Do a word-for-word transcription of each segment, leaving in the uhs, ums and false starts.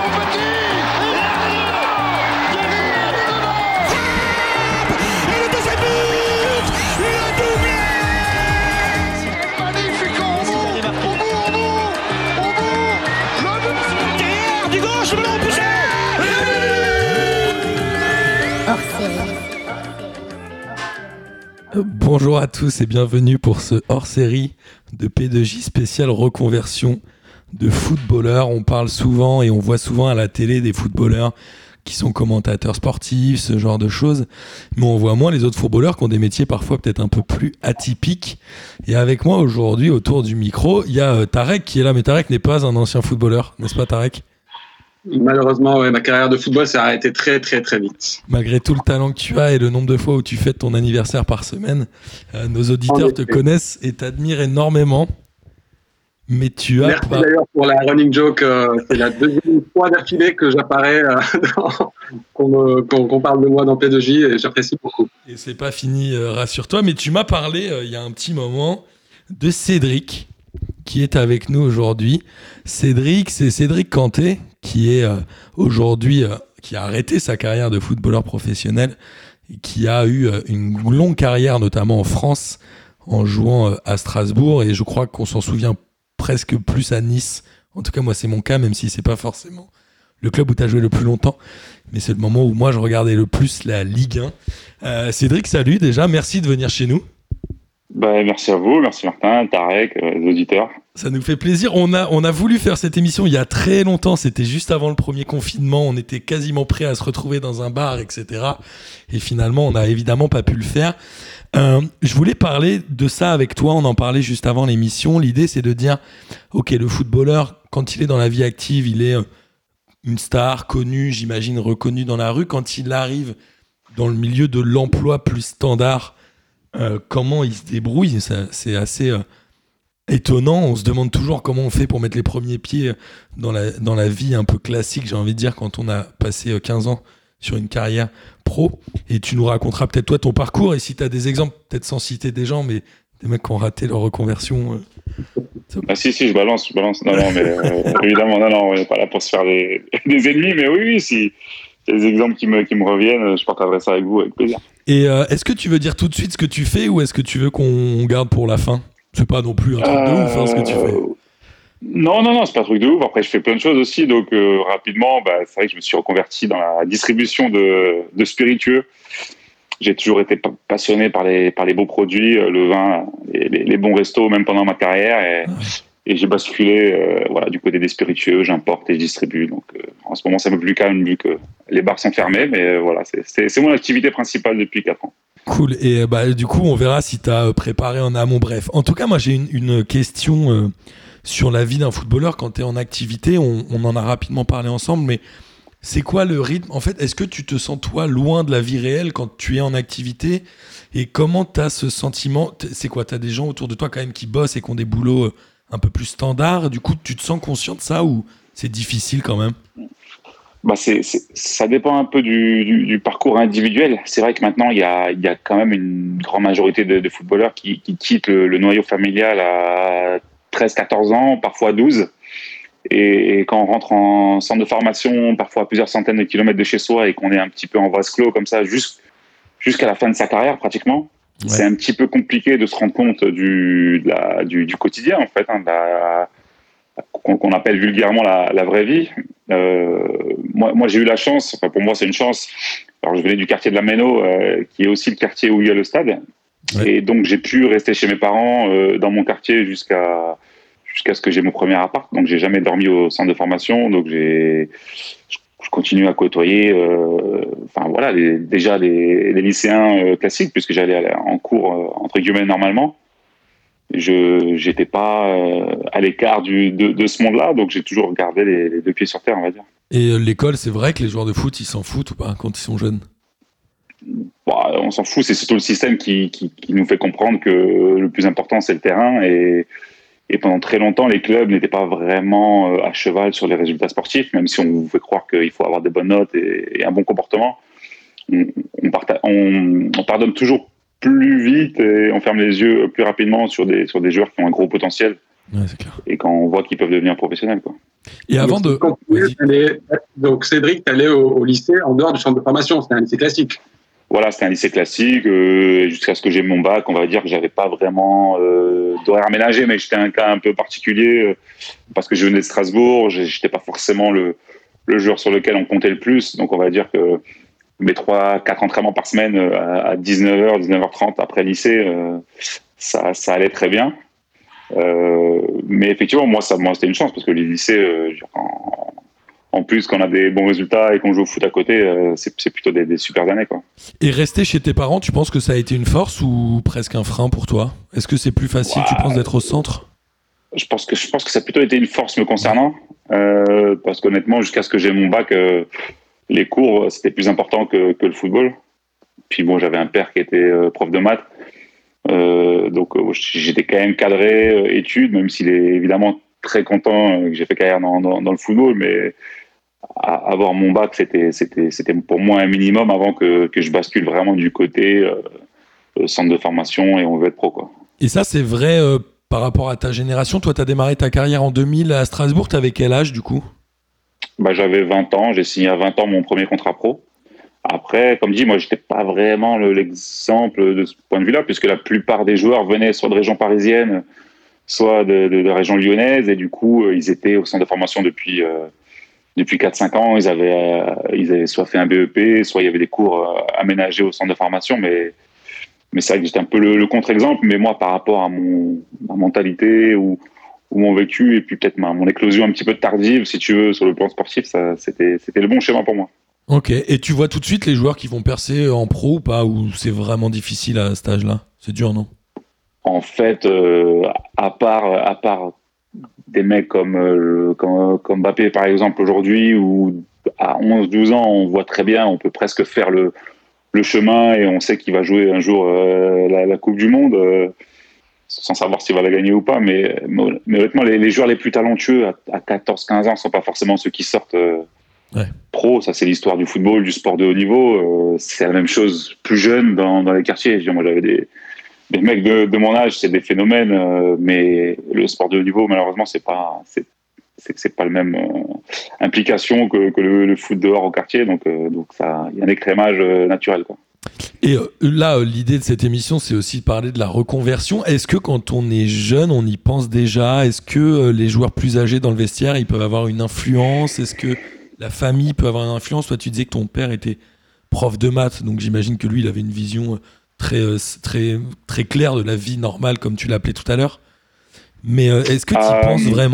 Bonjour à tous et bienvenue pour ce hors-série de P deux J spécial reconversion de footballeurs. On parle souvent et on voit souvent à la télé des footballeurs qui sont commentateurs sportifs, ce genre de choses. Mais on voit moins les autres footballeurs qui ont des métiers parfois peut-être un peu plus atypiques. Et avec moi aujourd'hui, autour du micro, il y a euh, Tarek qui est là. Mais Tarek n'est pas un ancien footballeur, n'est-ce pas Tarek ? Malheureusement, ouais, ma carrière de football s'est arrêtée très très très vite. Malgré tout le talent que tu as et le nombre de fois où tu fêtes ton anniversaire par semaine, euh, nos auditeurs te connaissent et t'admirent énormément. Mais tu as Merci pas... d'ailleurs pour la running joke. Euh, c'est la deuxième fois d'affilée que j'apparais, euh, dans, qu'on, me, qu'on, qu'on parle de moi dans P deux J et j'apprécie beaucoup. Et c'est pas fini, euh, rassure-toi. Mais tu m'as parlé euh, il y a un petit moment de Cédric qui est avec nous aujourd'hui. Cédric, c'est Cédric Canté qui est euh, aujourd'hui, euh, qui a arrêté sa carrière de footballeur professionnel et qui a eu euh, une longue carrière, notamment en France, en jouant euh, à Strasbourg. Et je crois qu'on s'en souvient presque plus à Nice. En tout cas, moi, c'est mon cas, même si c'est pas forcément le club où tu as joué le plus longtemps. Mais c'est le moment où moi, je regardais le plus la Ligue un. Euh, Cédric, salut déjà. Merci de venir chez nous. Bah, merci à vous, merci Martin, Tarek, euh, les auditeurs. Ça nous fait plaisir. On a, on a voulu faire cette émission il y a très longtemps. C'était juste avant le premier confinement. On était quasiment prêts à se retrouver dans un bar, et cetera. Et finalement, on n'a évidemment pas pu le faire. Euh, je voulais parler de ça avec toi. On en parlait juste avant l'émission. L'idée, c'est de dire, ok, le footballeur, quand il est dans la vie active, il est une star connue, j'imagine reconnue dans la rue. Quand il arrive dans le milieu de l'emploi plus standard, euh, comment il se débrouille, ça, c'est assez... Euh, étonnant, on se demande toujours comment on fait pour mettre les premiers pieds dans la, dans la vie un peu classique, j'ai envie de dire, quand on a passé quinze ans sur une carrière pro. Et tu nous raconteras peut-être toi ton parcours, et si tu as des exemples, peut-être sans citer des gens, mais des mecs qui ont raté leur reconversion. Euh... Ah si, si, je balance, je balance. Non, non, mais euh, évidemment, non, non, on n'est pas là pour se faire des, des ennemis, mais oui, oui, si il y a des exemples qui me, qui me reviennent, je partagerai ça avec vous, avec plaisir. Et euh, est-ce que tu veux dire tout de suite ce que tu fais, ou est-ce que tu veux qu'on garde pour la fin ? C'est pas non plus un truc euh, de ouf, hein, ce que tu fais. Non, non, non, c'est pas un truc de ouf. Après, je fais plein de choses aussi. Donc, euh, rapidement, bah, c'est vrai que je me suis reconverti dans la distribution de, de spiritueux. J'ai toujours été passionné par les, par les beaux produits, le vin, les, les, les bons restos, même pendant ma carrière. Et, ah. et j'ai basculé euh, voilà, du côté des spiritueux. J'importe et je distribue. Donc, euh, en ce moment, c'est un peu plus calme vu que les bars sont fermés. Mais euh, voilà, c'est, c'est, c'est mon activité principale depuis quatre ans. Cool. Et bah, du coup, on verra si tu as préparé en amont. Bref. En tout cas, moi, j'ai une, une question euh, sur la vie d'un footballeur quand tu es en activité. On, on en a rapidement parlé ensemble, mais c'est quoi le rythme ? En fait, est-ce que tu te sens, toi, loin de la vie réelle quand tu es en activité ? Et comment tu as ce sentiment ? C'est quoi ? Tu as des gens autour de toi quand même qui bossent et qui ont des boulots un peu plus standards. Du coup, tu te sens conscient de ça ou c'est difficile quand même ? Bah c'est, c'est, ça dépend un peu du, du, du parcours individuel. C'est vrai que maintenant, il y a, il y a quand même une grande majorité de, de footballeurs qui, qui quittent le, le noyau familial à treize quatorze ans, parfois douze. Et, et quand on rentre en centre de formation, parfois à plusieurs centaines de kilomètres de chez soi, et qu'on est un petit peu en vase clos comme ça, jusqu', jusqu'à la fin de sa carrière pratiquement, ouais. C'est un petit peu compliqué de se rendre compte du, de la, du, du quotidien, en fait, hein, de la, qu'on, qu'on appelle vulgairement la, la vraie vie. Euh, moi, moi, j'ai eu la chance, enfin pour moi c'est une chance, alors je venais du quartier de la Méno, euh, qui est aussi le quartier où il y a le stade, ouais. Et donc j'ai pu rester chez mes parents euh, dans mon quartier jusqu'à, jusqu'à ce que j'ai mon premier appart, donc j'ai jamais dormi au centre de formation, donc j'ai, je continue à côtoyer, euh, enfin voilà, les, déjà les, les lycéens euh, classiques, puisque j'allais en cours euh, entre guillemets normalement. Je j'étais pas euh, à l'écart du, de, de ce monde-là, donc j'ai toujours gardé les, les deux pieds sur terre, on va dire. Et euh, l'école, c'est vrai que les joueurs de foot, ils s'en foutent ou pas quand ils sont jeunes ? Bah, on s'en fout, c'est surtout le système qui, qui, qui nous fait comprendre que le plus important, c'est le terrain. Et, et pendant très longtemps, les clubs n'étaient pas vraiment à cheval sur les résultats sportifs, même si on vous fait croire qu'il faut avoir des bonnes notes et, et un bon comportement. On, on, parta- on, on pardonne toujours plus vite et on ferme les yeux plus rapidement sur des, sur des joueurs qui ont un gros potentiel. Ouais, c'est clair. Et quand on voit qu'ils peuvent devenir professionnels, quoi. Et avant de... Allais, donc Cédric, tu allais au, au lycée en dehors du centre de formation, c'était un lycée classique. Voilà, c'était un lycée classique, euh, jusqu'à ce que j'ai mon bac, on va dire que j'avais pas vraiment euh, d'horaire aménagé, mais j'étais un cas un peu particulier, euh, parce que je venais de Strasbourg, j'étais pas forcément le, le joueur sur lequel on comptait le plus, donc on va dire que mes trois quatre entraînements par semaine euh, à dix-neuf heures, dix-neuf heures trente après le lycée, euh, ça, ça allait très bien. Euh, mais effectivement, moi, ça, moi, c'était une chance, parce que les lycées, euh, en, en plus, quand on a des bons résultats et qu'on joue au foot à côté, euh, c'est, c'est plutôt des, des super années, quoi. Et rester chez tes parents, tu penses que ça a été une force ou presque un frein pour toi ? Est-ce que c'est plus facile, wow. tu penses, d'être au centre ? Je pense que je pense que ça a plutôt été une force me concernant, euh, parce qu'honnêtement, jusqu'à ce que j'ai mon bac, euh, les cours c'était plus important que, que le football. Puis bon, j'avais un père qui était euh, prof de maths, euh, donc euh, j'étais quand même cadré euh, études, même s'il est évidemment très content que j'ai fait carrière dans, dans, dans le football, mais à, avoir mon bac, c'était c'était c'était pour moi un minimum avant que que je bascule vraiment du côté euh, centre de formation et on veut être pro, quoi. Et ça, c'est vrai. Euh... Par rapport à ta génération, toi, tu as démarré ta carrière en deux mille à Strasbourg. Tu avais quel âge, du coup ? Bah, j'avais vingt ans. J'ai signé à vingt ans mon premier contrat pro. Après, comme dit, moi, je n'étais pas vraiment le, l'exemple de ce point de vue-là, puisque la plupart des joueurs venaient soit de région parisienne, soit de, de, de la région lyonnaise. Et du coup, ils étaient au centre de formation depuis, euh, depuis quatre cinq ans. Ils avaient, euh, ils avaient soit fait un B E P, soit il y avait des cours euh, aménagés au centre de formation. Mais... Mais c'est vrai que j'étais un peu le, le contre-exemple, mais moi, par rapport à mon, ma mentalité ou, ou mon vécu, et puis peut-être ma, mon éclosion un petit peu tardive, si tu veux, sur le plan sportif, ça, c'était, c'était le bon schéma pour moi. Ok, et tu vois tout de suite les joueurs qui vont percer en pro ou pas, ou c'est vraiment difficile à cet âge-là ? C'est dur, non ? En fait, euh, à part, à part des mecs comme, euh, comme, comme Mbappé, par exemple, aujourd'hui, où à onze douze ans, on voit très bien, on peut presque faire le... le chemin et on sait qu'il va jouer un jour euh, la, la Coupe du Monde euh, sans savoir s'il va la gagner ou pas, mais, mais honnêtement les, les joueurs les plus talentueux à, à quatorze quinze ans ne sont pas forcément ceux qui sortent euh, ouais. pro. Ça, c'est l'histoire du football, du sport de haut niveau. Euh, c'est la même chose plus jeune dans, dans les quartiers. Je veux dire, moi j'avais des, des mecs de, de mon âge, c'est des phénomènes, euh, mais le sport de haut niveau, malheureusement, c'est pas c'est, c'est, c'est pas le même euh, implication que, que le, le foot dehors au quartier, donc euh, donc ça, il y a un écrémage euh, naturel, quoi. Et euh, là, euh, l'idée de cette émission, c'est aussi de parler de la reconversion. Est-ce que quand on est jeune, on y pense déjà ? Est-ce que euh, les joueurs plus âgés dans le vestiaire, ils peuvent avoir une influence ? Est-ce que la famille peut avoir une influence ? Toi, tu disais que ton père était prof de maths, donc j'imagine que lui, il avait une vision très euh, très très claire de la vie normale, comme tu l'appelais tout à l'heure. Mais euh, est-ce que tu y euh... penses vraiment ?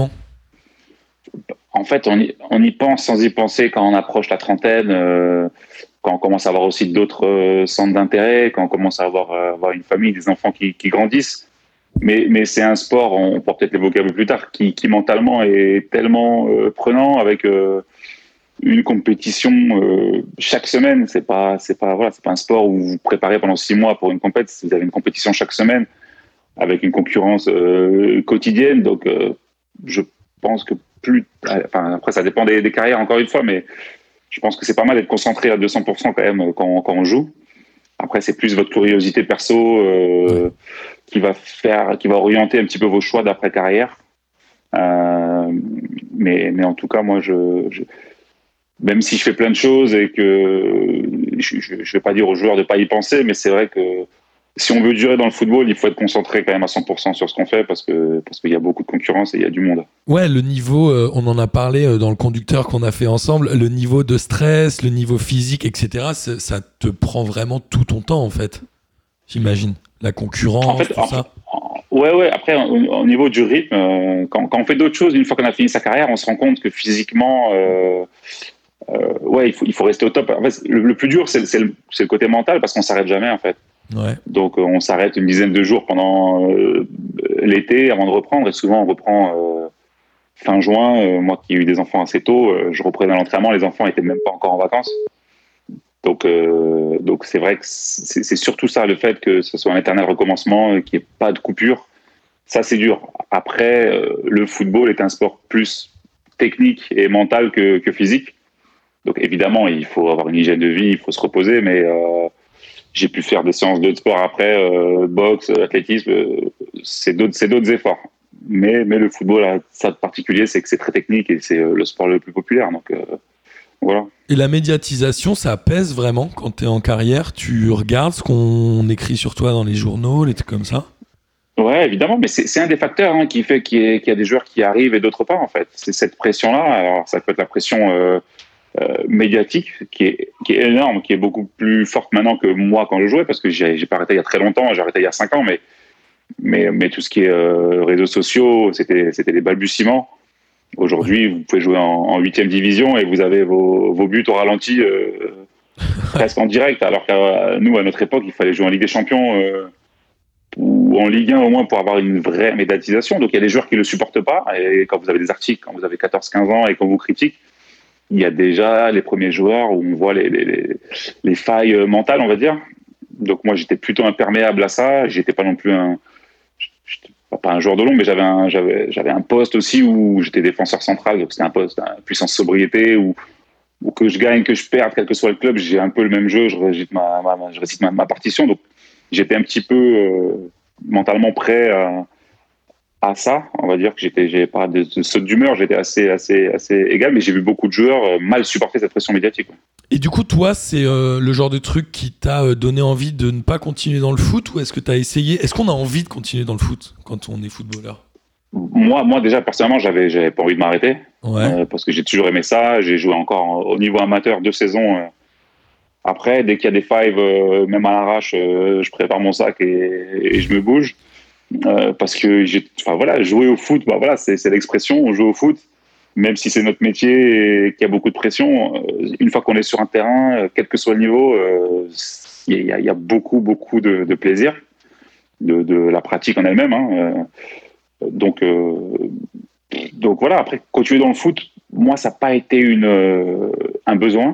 En fait, on y, on y pense sans y penser quand on approche la trentaine, euh, quand on commence à avoir aussi d'autres euh, centres d'intérêt, quand on commence à avoir, euh, avoir une famille, des enfants qui, qui grandissent. Mais, mais c'est un sport, on pourra peut-être l'évoquer un peu plus tard, qui, qui mentalement est tellement euh, prenant, avec euh, une compétition euh, chaque semaine. C'est pas, c'est pas, voilà, c'est pas un sport où vous vous préparez pendant six mois pour une compétition. Vous avez une compétition chaque semaine avec une concurrence euh, quotidienne. Donc, euh, je pense que plus, enfin après ça dépend des, des carrières encore une fois, mais je pense que c'est pas mal d'être concentré à deux cents pour cent quand même quand, quand on joue. Après c'est plus votre curiosité perso euh, qui va faire, qui va orienter un petit peu vos choix d'après carrière. Euh, mais mais en tout cas moi je, je même si je fais plein de choses et que je, je, je vais pas dire aux joueurs de pas y penser, mais c'est vrai que si on veut durer dans le football, il faut être concentré quand même à cent pour cent sur ce qu'on fait parce que parce qu'il y a beaucoup de concurrence et il y a du monde. Ouais, le niveau, euh, on en a parlé euh, dans le conducteur qu'on a fait ensemble, le niveau de stress, le niveau physique, et cetera, ça te prend vraiment tout ton temps en fait, j'imagine. La concurrence, en fait, tout en, ça. En, ouais, ouais. Après, au, au niveau du rythme, euh, quand, quand on fait d'autres choses, une fois qu'on a fini sa carrière, on se rend compte que physiquement, euh, euh, ouais, il faut, il faut rester au top. En fait, le, le plus dur, c'est, c'est, le, c'est le côté mental parce qu'on s'arrête jamais en fait. Ouais. Donc euh, on s'arrête une dizaine de jours pendant euh, l'été avant de reprendre et souvent on reprend euh, fin juin. Euh, moi qui ai eu des enfants assez tôt, euh, je reprenais l'entraînement, les enfants étaient même pas encore en vacances. Donc euh, donc c'est vrai que c'est, c'est surtout ça, le fait que ce soit un éternel recommencement, euh, qu'il n'y ait pas de coupure. Ça c'est dur. Après euh, le football est un sport plus technique et mental que, que physique. Donc évidemment il faut avoir une hygiène de vie, il faut se reposer, mais euh, j'ai pu faire des séances de sport après, euh, boxe, athlétisme, euh, c'est, d'autres, c'est d'autres efforts. mais, mais le football a ça de particulier, c'est que c'est très technique et c'est le sport le plus populaire. Donc, euh, voilà. Et la médiatisation, ça pèse vraiment quand tu es en carrière? Tu regardes ce qu'on écrit sur toi dans les journaux, les trucs comme ça? Ouais, évidemment, mais c'est, c'est un des facteurs hein, qui fait qu'il y, ait, qu'il y a des joueurs qui arrivent et d'autres pas, en fait. C'est cette pression-là. Alors, ça peut être la pression euh, euh, médiatique qui est, qui est énorme, qui est beaucoup plus forte maintenant que moi quand je jouais, parce que j'ai, j'ai pas arrêté il y a très longtemps, j'ai arrêté il y a cinq ans, mais, mais, mais tout ce qui est euh, réseaux sociaux, c'était, c'était des balbutiements. Aujourd'hui, vous pouvez jouer en huitième division et vous avez vos, vos buts au ralenti euh, presque en direct, alors que nous, à notre époque, il fallait jouer en Ligue des Champions euh, ou en Ligue un au moins pour avoir une vraie médiatisation. Donc il y a des joueurs qui ne le supportent pas, et quand vous avez des articles, quand vous avez quatorze quinze ans et qu'on vous critique, il y a déjà les premiers joueurs où on voit les, les, les, les failles mentales, on va dire. Donc moi, j'étais plutôt imperméable à ça. J'étais pas non plus un... J'étais pas un joueur de long, mais j'avais un, j'avais, j'avais un poste aussi où j'étais défenseur central, donc c'était un poste à puissance sobriété, où, où que je gagne, que je perde, quel que soit le club, j'ai un peu le même jeu, je récite ma, ma, je récite ma, ma partition, donc j'étais un petit peu euh, mentalement prêt à, à ça, on va dire que j'étais, j'ai pas de, de saut d'humeur, j'étais assez, assez, assez égal, mais j'ai vu beaucoup de joueurs euh, mal supporter cette pression médiatique. Et du coup, toi, c'est euh, le genre de truc qui t'a euh, donné envie de ne pas continuer dans le foot, ou est-ce que t'as essayé? Est-ce qu'on a envie de continuer dans le foot quand on est footballeur? Moi, moi déjà, personnellement, j'avais, j'avais pas envie de m'arrêter, ouais. euh, parce que j'ai toujours aimé ça. J'ai joué encore au niveau amateur deux saisons. Euh, après, dès qu'il y a des fives, euh, même à l'arrache, euh, je prépare mon sac et, et je me bouge. Euh, parce que j'ai, enfin voilà, jouer au foot, bah voilà, c'est, c'est l'expression, on joue au foot. Même si c'est notre métier et qu'il y a beaucoup de pression, euh, une fois qu'on est sur un terrain, euh, quel que soit le niveau, il euh, y, y a beaucoup, beaucoup de, de plaisir, de, de la pratique en elle-même. Hein, euh, donc, euh, donc voilà, après, continuer dans le foot, moi, ça n'a pas été une, euh, un besoin,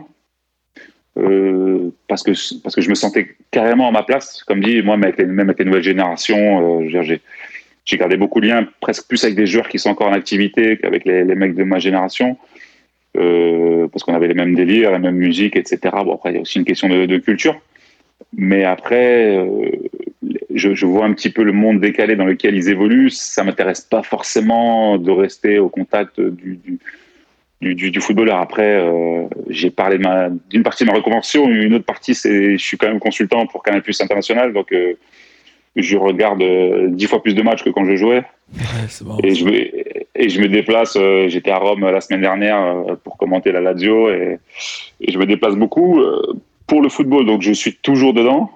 euh, parce, que, parce que je me sentais carrément à ma place. Comme dit, moi, même avec les, même avec les nouvelles générations, euh, j'ai... J'ai gardé beaucoup de liens, presque plus avec des joueurs qui sont encore en activité qu'avec les, les mecs de ma génération, euh, parce qu'on avait les mêmes délires, la même musique, et cetera. Bon, après, il y a aussi une question de, de culture. Mais après, euh, je, je vois un petit peu le monde décalé dans lequel ils évoluent. Ça ne m'intéresse pas forcément de rester au contact du, du, du, du, du footballeur. Après, euh, j'ai parlé de ma, d'une partie de ma reconversion. Une autre partie, c'est je suis quand même consultant pour Canal Plus International. Donc, euh, je regarde euh, dix fois plus de matchs que quand je jouais. Ouais, c'est bon, et, je me, et je me déplace. Euh, j'étais à Rome la semaine dernière euh, pour commenter la Lazio et, et je me déplace beaucoup euh, pour le football. Donc je suis toujours dedans.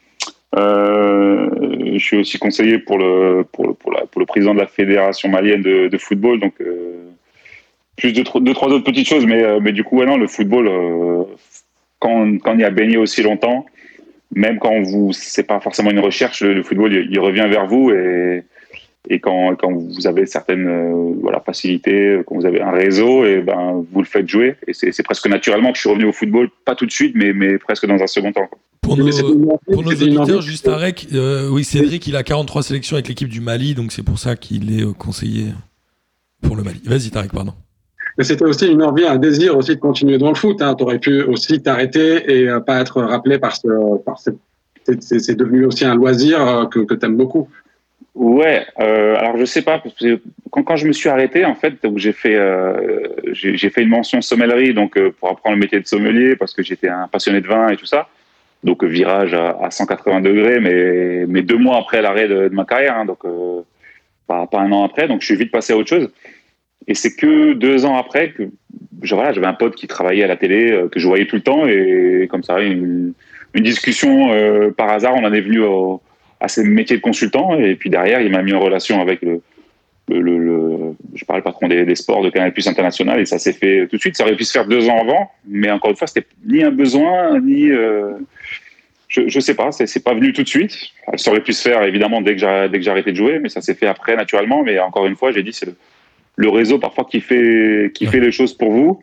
Euh, je suis aussi conseiller pour le, pour le, pour la, pour le président de la fédération malienne de, de football. Donc euh, plus de deux, trois autres petites choses. Mais, mais du coup, ouais, non, le football, euh, quand, quand on y a baigné aussi longtemps, même quand vous, c'est pas forcément une recherche, le, le football, il, il revient vers vous et, et quand, quand vous avez certaines euh, voilà, facilités, quand vous avez un réseau, et ben, vous le faites jouer. Et c'est, c'est presque naturellement que je suis revenu au football, pas tout de suite, mais, mais presque dans un second temps. Pour nos, pour nos auditeurs, juste Arek, euh, oui, Cédric, il a quarante-trois sélections avec l'équipe du Mali, donc c'est pour ça qu'il est euh, conseiller pour le Mali. Vas-y, Tarek, pardon. Mais c'était aussi une envie, un désir aussi de continuer dans le foot. Hein. Tu aurais pu aussi t'arrêter et euh, pas être rappelé par ce. Par ce c'est, c'est devenu aussi un loisir euh, que, que tu aimes beaucoup. Ouais, euh, alors je sais pas, parce que quand, quand je me suis arrêté, en fait, donc j'ai fait, euh, j'ai, j'ai fait une mention sommellerie, donc euh, pour apprendre le métier de sommelier, parce que j'étais un passionné de vin et tout ça. Donc euh, virage à, à cent quatre-vingts degrés, mais, mais deux mois après l'arrêt de, de ma carrière, hein, donc euh, pas, pas un an après, donc je suis vite passé à autre chose. Et c'est que deux ans après que genre, voilà, j'avais un pote qui travaillait à la télé, euh, que je voyais tout le temps, et comme ça, une, une discussion euh, par hasard, on en est venu au, à ces métiers de consultant, et puis derrière, il m'a mis en relation avec le, le, le, le je parle patron des, des sports de Canal Plus International, et ça s'est fait tout de suite. Ça aurait pu se faire deux ans avant, mais encore une fois, c'était ni un besoin, ni euh, je, je sais pas, c'est, c'est pas venu tout de suite. Ça aurait pu se faire évidemment dès que j'ai, dès que j'ai arrêté de jouer, mais ça s'est fait après naturellement. Mais encore une fois, j'ai dit, c'est le le réseau parfois qui fait qui ouais. fait les choses pour vous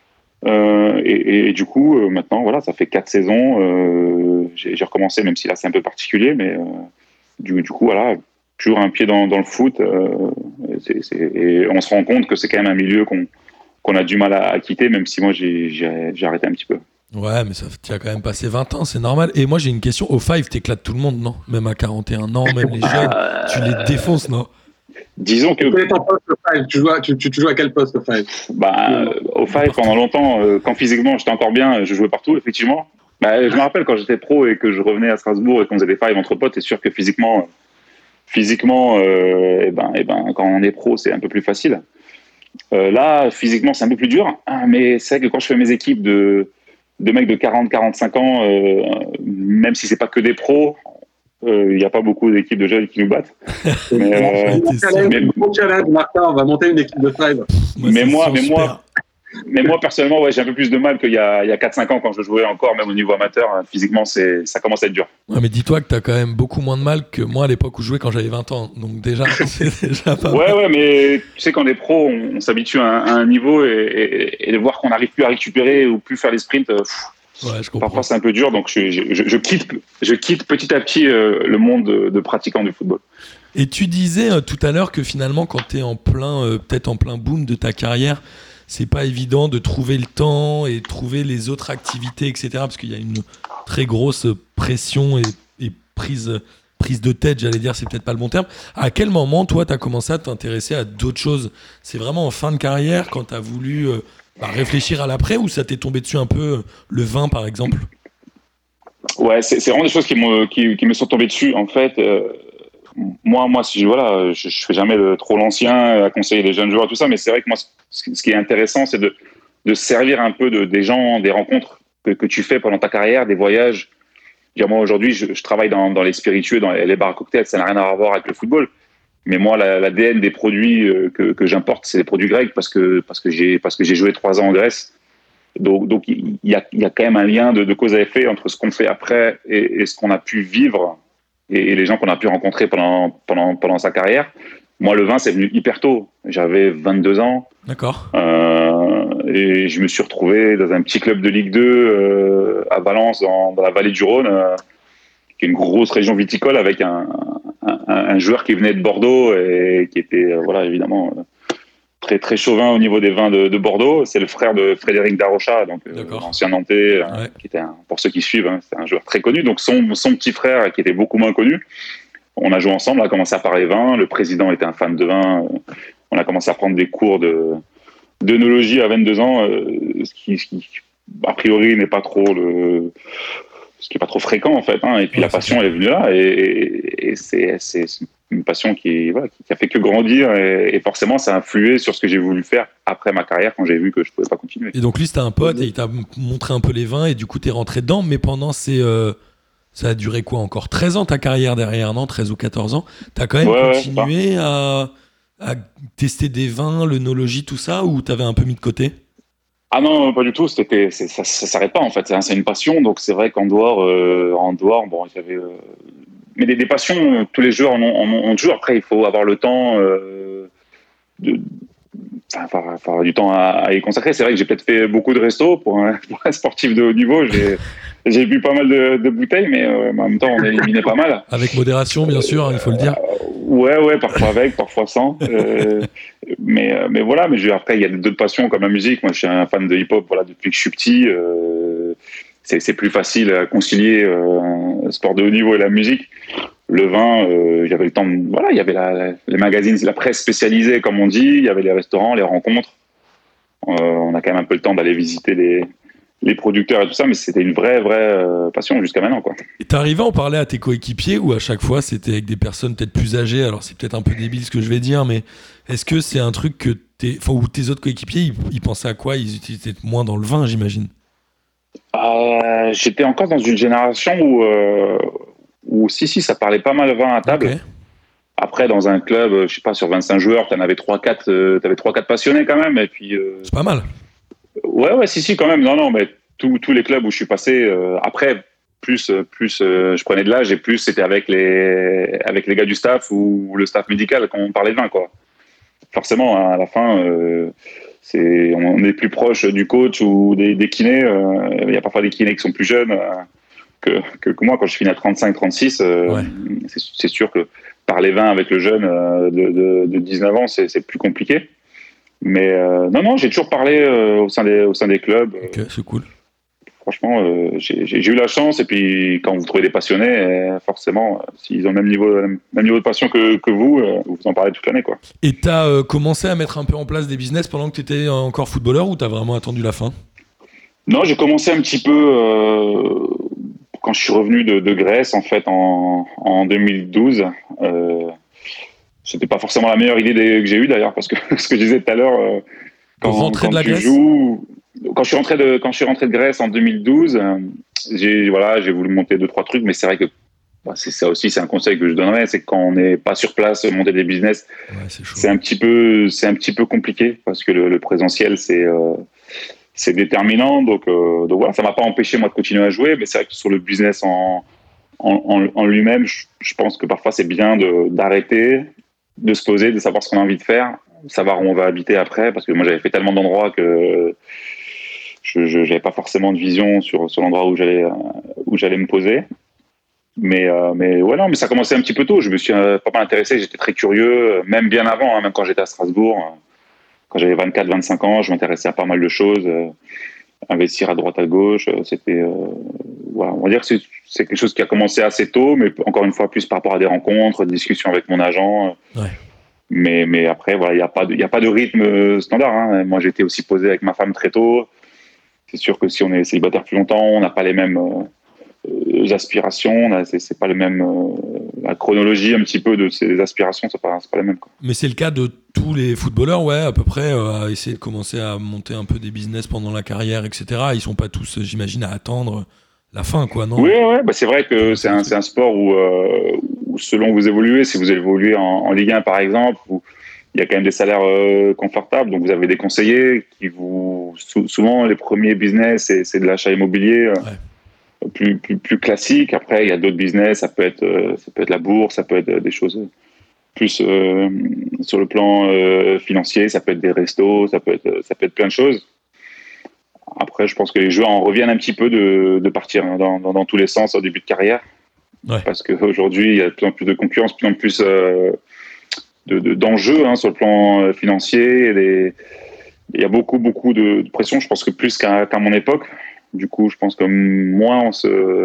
euh, et, et, et du coup euh, maintenant voilà, ça fait quatre saisons, euh, j'ai, j'ai recommencé, même si là c'est un peu particulier, mais euh, du, du coup voilà, toujours un pied dans, dans le foot, euh, c'est, c'est, et on se rend compte que c'est quand même un milieu qu'on qu'on a du mal à, à quitter, même si moi j'ai, j'ai, j'ai arrêté un petit peu. Ouais, mais ça, tu as quand même passé vingt ans, c'est normal. Et moi j'ai une question, au Five t'éclates tout le monde, non? Même à quarante et un ans, même les jeunes, tu les défonces, non? Disons que. Quel est ton poste au five? Tu joues, à, tu, tu, tu joues à quel poste au five? Bah, euh, au five, pendant longtemps, euh, quand physiquement j'étais encore bien, je jouais partout, effectivement. Bah, je me rappelle quand j'étais pro et que je revenais à Strasbourg et qu'on faisait des five entre potes, c'est sûr que physiquement, physiquement euh, et ben, et ben, quand on est pro, c'est un peu plus facile. Euh, là, physiquement, c'est un peu plus dur. Ah, mais c'est vrai que quand je fais mes équipes de, de mecs de quarante à quarante-cinq ans, euh, même si c'est pas que des pros, il euh, n'y a pas beaucoup d'équipes de jeunes qui nous battent. Mais, euh, bon challenge, mais, bon challenge, Martin, on va monter une équipe de five. Mais moi, mais moi, mais moi, personnellement, ouais, j'ai un peu plus de mal qu'il y a, il y a quatre cinq ans quand je jouais encore, même au niveau amateur. Physiquement, c'est, ça commence à être dur. Ouais, mais dis-toi que tu as quand même beaucoup moins de mal que moi à l'époque où je jouais quand j'avais vingt ans. Donc déjà, c'est déjà pas ouais, mal. Ouais, mais tu sais, quand on est pro, on, on s'habitue à un, à un niveau et, et, et de voir qu'on n'arrive plus à récupérer ou plus faire les sprints, pff, ouais, je comprends. Parfois, c'est un peu dur. Donc, je, je, je, je, quitte, je quitte petit à petit euh, le monde de, de pratiquants du football. Et tu disais euh, tout à l'heure que finalement, quand tu es en plein, euh, peut-être en plein boom de ta carrière, c'est pas évident de trouver le temps et de trouver les autres activités, et cetera. Parce qu'il y a une très grosse pression et, et prise, prise de tête, j'allais dire, c'est peut-être pas le bon terme. À quel moment, toi, tu as commencé à t'intéresser à d'autres choses? C'est vraiment en fin de carrière, quand tu as voulu euh, bah, réfléchir à l'après, ou ça t'est tombé dessus un peu, euh, le vin, par exemple? Ouais, c'est, c'est vraiment des choses qui me, qui, qui me sont tombées dessus. En fait, euh, moi, moi, si voilà, je, je fais jamais le, trop l'ancien à conseiller les jeunes joueurs, tout ça, mais c'est vrai que moi, ce, ce qui est intéressant, c'est de, de servir un peu de, des gens, des rencontres que, que tu fais pendant ta carrière, des voyages. Dire, moi, aujourd'hui, je, je travaille dans, dans les spiritueux, dans les, les bars à cocktails, ça n'a rien à voir avec le football. Mais moi, l'A D N des produits que, que j'importe, c'est des produits grecs parce que, parce que j'ai, parce que j'ai joué trois ans en Grèce. Donc, donc il y a, il y a quand même un lien de, de cause à effet entre ce qu'on fait après et, et ce qu'on a pu vivre et, et les gens qu'on a pu rencontrer pendant, pendant, pendant sa carrière. Moi, le vin, c'est venu hyper tôt. J'avais vingt-deux ans. D'accord. Euh, et je me suis retrouvé dans un petit club de Ligue deux euh, à Valence, dans, dans la vallée du Rhône, euh, qui est une grosse région viticole, avec un, un, un joueur qui venait de Bordeaux et qui était, euh, voilà, évidemment... Euh, très très chauvin au niveau des vins de, de Bordeaux. C'est le frère de Frédéric Darocha, donc euh, ancien Nantais, ouais. euh, qui était un, pour ceux qui suivent, hein, c'est un joueur très connu. Donc son son petit frère qui était beaucoup moins connu. On a joué ensemble, on a commencé à parler vin. Le président était un fan de vin. On a commencé à prendre des cours de d'œnologie à vingt-deux ans, euh, ce, qui, ce qui a priori n'est pas trop le ce qui est pas trop fréquent en fait. Hein. Et puis ouais, la passion elle est venue là et, et, et c'est, c'est une passion qui, voilà, qui a fait que grandir et, et forcément ça a influé sur ce que j'ai voulu faire après ma carrière quand j'ai vu que je pouvais pas continuer. Et donc lui c'était un pote et il t'a montré un peu les vins et du coup t'es rentré dedans, mais pendant ces euh, ça a duré quoi, encore treize ans ta carrière derrière, non, treize ou quatorze ans, t'as quand même ouais, continué ouais, à, à tester des vins, l'œnologie, tout ça, ou t'avais un peu mis de côté? Ah non, pas du tout. C'était, c'est, ça, ça s'arrête pas en fait. C'est une passion, donc c'est vrai qu'en dehors, euh, en dehors, bon, il y avait. Euh, mais des, des passions, tous les joueurs en ont, en ont toujours. Après, il faut avoir le temps euh, de. Enfin, faut avoir, faut avoir du temps à, à y consacrer. C'est vrai que j'ai peut-être fait beaucoup de restos pour un, pour un sportif de haut niveau. J'ai, j'ai bu pas mal de, de bouteilles, mais euh, en même temps, on éliminait pas mal. Avec modération, bien sûr, hein, il faut le dire. Euh, ouais, ouais, parfois avec, parfois sans. Euh, mais, mais voilà, mais je, après, il y a d'autres passions comme la musique. Moi, je suis un fan de hip-hop voilà, depuis que je suis petit. Euh, c'est, c'est plus facile à concilier euh, un sport de haut niveau et la musique. Le vin, euh, j'avais le temps de, voilà, il y avait la, la, les magazines, la presse spécialisée, comme on dit. Il y avait les restaurants, les rencontres. Euh, on a quand même un peu le temps d'aller visiter les... les producteurs et tout ça, mais c'était une vraie, vraie euh, passion jusqu'à maintenant, quoi. Et t'arrivais à en parler à tes coéquipiers ou à chaque fois c'était avec des personnes peut-être plus âgées? Alors c'est peut-être un peu débile ce que je vais dire, mais est-ce que c'est un truc que t'es, enfin, ou tes autres coéquipiers, ils, ils pensaient à quoi? Ils étaient moins dans le vin, j'imagine. Euh, j'étais encore dans une génération où, euh, où si, si, ça parlait pas mal vin à table. Okay. Après, dans un club, je sais pas, sur vingt-cinq joueurs, t'en avais trois quatre, euh, t'avais trois quatre passionnés quand même, et puis... Euh... C'est pas mal. Ouais, ouais, si, si, quand même. Non, non, mais tous, tous les clubs où je suis passé, euh, après, plus, plus euh, je prenais de l'âge et plus c'était avec les, avec les gars du staff ou le staff médical quand on parlait de vin, quoi. Forcément, à la fin, euh, c'est, on est plus proche du coach ou des, des kinés. Euh, il y a parfois des kinés qui sont plus jeunes euh, que, que, que moi. Quand je finis à trente-cinq trente-six, euh, ouais. c'est, c'est sûr que parler vin avec le jeune euh, de, de, de dix-neuf ans, c'est, c'est plus compliqué. Mais euh, non, non, j'ai toujours parlé euh, au sein des, au sein des clubs. Ok, c'est cool. franchement, euh, j'ai, j'ai, j'ai eu la chance. Et puis, quand vous trouvez des passionnés, euh, forcément, euh, s'ils ont le même niveau, le même niveau de passion que, que vous, euh, vous en parlez toute l'année, quoi. Et t'as euh, commencé à mettre un peu en place des business pendant que t'étais encore footballeur ou t'as vraiment attendu la fin? Non, j'ai commencé un petit peu euh, quand je suis revenu de, de Grèce, en fait, en, en deux mille douze. Euh, c'était pas forcément la meilleure idée des, que j'ai eue, d'ailleurs, parce que ce que je disais tout à l'heure, euh, quand, rentrer quand de la tu Grèce joues, quand je suis rentré de quand je suis rentré de Grèce en deux mille douze, euh, j'ai voilà, j'ai voulu monter deux trois trucs, mais c'est vrai que bah, c'est ça aussi, c'est un conseil que je donnerais, c'est que quand on n'est pas sur place, monter des business, ouais, c'est, chaud. c'est un petit peu c'est un petit peu compliqué parce que le, le présentiel c'est euh, c'est déterminant, donc euh, donc voilà, ça m'a pas empêché moi de continuer à jouer, mais c'est vrai que sur le business en en, en, en lui-même, je, je pense que parfois c'est bien de d'arrêter, de se poser, de savoir ce qu'on a envie de faire, savoir où on va habiter après, parce que moi j'avais fait tellement d'endroits que je n'avais pas forcément de vision sur, sur l'endroit où j'allais, où j'allais me poser. Mais, euh, mais ouais, non, mais ça commençait un petit peu tôt. Je me suis euh, pas mal intéressé, j'étais très curieux, même bien avant, hein, même quand j'étais à Strasbourg. Euh, quand j'avais vingt-quatre vingt-cinq ans, je m'intéressais à pas mal de choses. Euh, investir à droite, à gauche, euh, c'était. Euh, voilà, on va dire que c'est, c'est quelque chose qui a commencé assez tôt, mais encore une fois, plus par rapport à des rencontres, des discussions avec mon agent. Ouais. Mais, mais après, voilà, il n'y a, a pas de rythme standard. Hein. Moi, j'étais aussi posé avec ma femme très tôt. C'est sûr que si on est célibataire plus longtemps, on n'a pas les mêmes euh, aspirations. On a, c'est, c'est pas le même. Euh, la chronologie un petit peu de ces aspirations, c'est pas, c'est pas la même, quoi. Mais c'est le cas de tous les footballeurs, ouais, à peu près, euh, à essayer de commencer à monter un peu des business pendant la carrière, et cetera. Ils sont pas tous, j'imagine, à attendre la fin, quoi, non? Oui, ouais, bah c'est vrai que c'est un, c'est un sport où, euh, où, selon où vous évoluez, si vous évoluez en, en Ligue un, par exemple, où il y a quand même des salaires euh, confortables, donc vous avez des conseillers qui vous... Sou, souvent, les premiers business, c'est, c'est de l'achat immobilier euh, ouais. plus, plus, plus classique. Après, il y a d'autres business, ça peut être, euh, ça peut être la bourse, ça peut être des choses plus euh, sur le plan euh, financier, ça peut être des restos, ça peut être, ça peut être plein de choses. Après, je pense que les joueurs en reviennent un petit peu de, de partir dans, dans, dans tous les sens au début de carrière. Ouais. Parce qu'aujourd'hui, il y a de plus en plus de concurrence, de plus en plus euh, de, de, d'enjeux hein, sur le plan financier. Et des, il y a beaucoup, beaucoup de, de pression, je pense que plus qu'à, qu'à mon époque. Du coup, je pense que moins on se...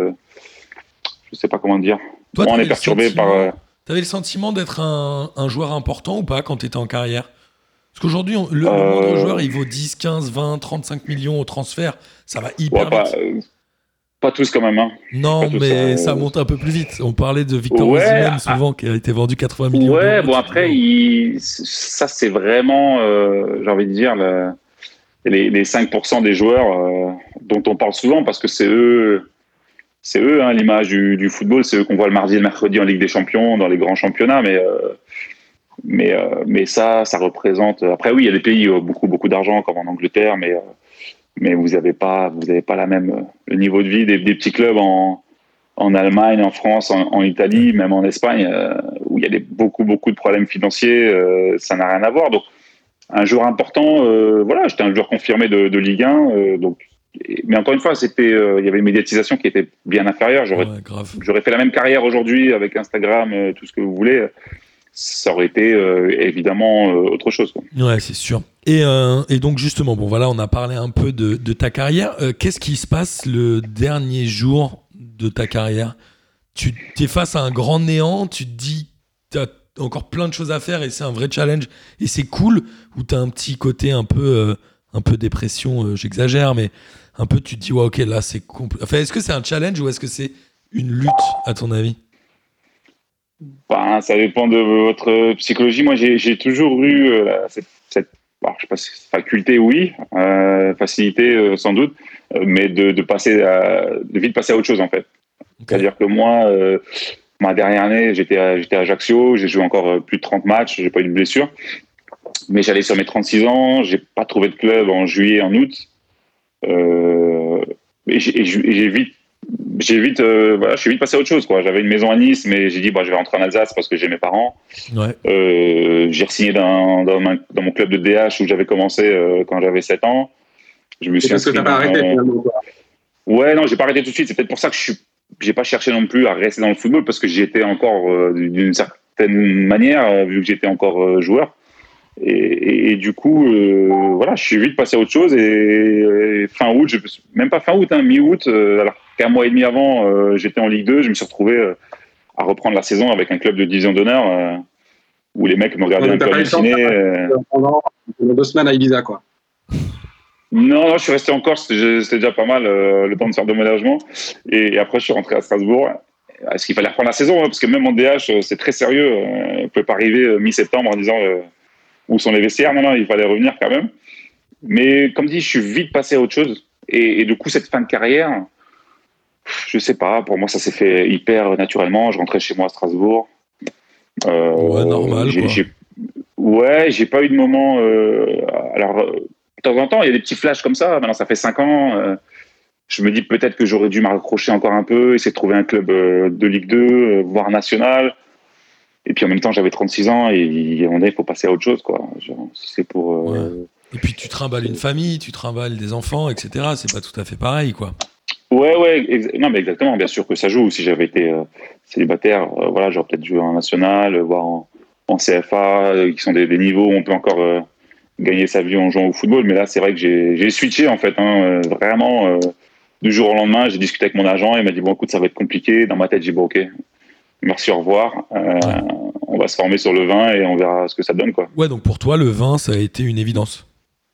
Je ne sais pas comment dire. Toi, moins on est perturbé par... Euh... Tu avais le sentiment d'être un, un joueur important ou pas quand tu étais en carrière? Parce qu'aujourd'hui, on, le, euh... le moindre joueur, il vaut dix, quinze, vingt, trente-cinq millions au transfert. Ça va hyper ouais, pas, vite. Euh, pas tous quand même. Hein. Non, tous, mais euh... ça monte un peu plus vite. On parlait de Victor ouais, Osimhen souvent, qui a été vendu quatre-vingts millions ouais, d'euros. Bon, après, il... ça, c'est vraiment, euh, j'ai envie de dire, le... les, les cinq pour cent des joueurs euh, dont on parle souvent, parce que c'est eux, c'est eux hein, l'image du, du football. C'est eux qu'on voit le mardi et le mercredi en Ligue des Champions, dans les grands championnats. Mais... Euh... Mais, euh, mais ça, ça représente. Après, oui, il y a des pays qui ont beaucoup, beaucoup d'argent, comme en Angleterre, mais, euh, mais vous n'avez pas, vous avez pas la même, le niveau de vie des, des petits clubs en, en Allemagne, en France, en, en Italie, même en Espagne, euh, où il y a des, beaucoup, beaucoup de problèmes financiers. Euh, ça n'a rien à voir. Donc, un joueur important, euh, voilà, j'étais un joueur confirmé de, de Ligue un. Euh, donc, mais encore une fois, c'était, euh, il y avait une médiatisation qui était bien inférieure. J'aurais, ouais, grave. j'aurais fait la même carrière aujourd'hui avec Instagram, euh, tout ce que vous voulez. Ça aurait été euh, évidemment euh, autre chose, quoi. Ouais, c'est sûr. Et, euh, et donc justement, bon voilà, on a parlé un peu de, de ta carrière. Euh, qu'est-ce qui se passe le dernier jour de ta carrière? Tu t'es face à un grand néant, tu te dis t'as encore plein de choses à faire et c'est un vrai challenge et c'est cool, ou t'as un petit côté un peu, euh, un peu dépression, euh, j'exagère, mais un peu tu te dis ouais ok là c'est compl... Enfin, est-ce que c'est un challenge ou est-ce que c'est une lutte à ton avis? Ben, ça dépend de votre psychologie. Moi, j'ai, j'ai toujours eu euh, cette, cette alors, je sais pas, cette faculté, oui, euh, facilité euh, sans doute, euh, mais de, de passer, à, de vite passer à autre chose en fait. Okay. C'est-à-dire que moi, euh, ma dernière année, j'étais à, j'étais à Ajaccio, j'ai joué encore plus de trente matchs, j'ai pas eu de blessure, mais j'allais sur mes trente-six ans, j'ai pas trouvé de club en juillet, en août, euh, et j'ai, et j'ai vite J'ai vite, euh, voilà, je suis vite passé à autre chose, quoi. J'avais une maison à Nice, mais j'ai dit, bah, je vais rentrer en Alsace parce que j'ai mes parents. Ouais. Euh, j'ai re-signé dans, dans, ma, dans mon club de D H où j'avais commencé euh, quand j'avais sept ans. Je me suis parce que t'as pas arrêté, finalement, quoi. Ouais, non, j'ai pas arrêté tout de suite. C'est peut-être pour ça que je suis, j'ai pas cherché non plus à rester dans le football parce que j'y étais encore euh, d'une certaine manière, euh, vu que j'étais encore euh, joueur. Et, et, et du coup, euh, voilà, je suis vite passé à autre chose. Et, et fin août, je, même pas fin août, hein, mi-août, euh, alors qu'un mois et demi avant, euh, j'étais en Ligue deux, je me suis retrouvé euh, à reprendre la saison avec un club de division d'honneur euh, où les mecs me regardaient Ouais, un peu hallucinés. Euh... Pendant, pendant deux semaines à Ibiza, quoi. Non, non, je suis resté en Corse, c'était, c'était déjà pas mal euh, le temps de faire déménagement. Et, et après, je suis rentré à Strasbourg. Est-ce qu'il fallait reprendre la saison, hein, parce que même en D H, c'est très sérieux. Euh, on ne pouvait pas arriver euh, mi-septembre en disant euh, où sont les vestiaires. Non, non, il fallait revenir quand même. Mais comme dit, je suis vite passé à autre chose. Et, et du coup, cette fin de carrière, je sais pas, pour moi, ça s'est fait hyper naturellement. Je rentrais chez moi à Strasbourg. Euh, ouais, normal, j'ai, quoi. J'ai, ouais, j'ai pas eu de moment... Euh, alors, de temps en temps, il y a des petits flashs comme ça. Maintenant, ça fait cinq ans. Euh, je me dis peut-être que j'aurais dû m'accrocher encore un peu, essayer de trouver un club euh, de Ligue deux, euh, voire national. Et puis en même temps, j'avais trente-six ans et à un moment donné, il faut passer à autre chose, quoi. Genre, si c'est pour... Euh, ouais. Et puis tu trimbales une famille, tu trimbales des enfants, et cetera. C'est pas tout à fait pareil, quoi. Ouais, ouais, ex- non, mais exactement. Bien sûr que ça joue. Si j'avais été euh, célibataire, euh, voilà, j'aurais peut-être joué en national, euh, voire en, en C F A, euh, qui sont des, des niveaux où on peut encore euh, gagner sa vie en jouant au football. Mais là, c'est vrai que j'ai, j'ai switché, en fait, hein, euh, vraiment. Euh, du jour au lendemain, j'ai discuté avec mon agent. Il m'a dit, bon, écoute, ça va être compliqué. Dans ma tête, j'ai dit, bon, ok, merci, au revoir. Euh, ouais. On va se former sur le vin et on verra ce que ça donne, quoi. Ouais, donc pour toi, le vin, ça a été une évidence.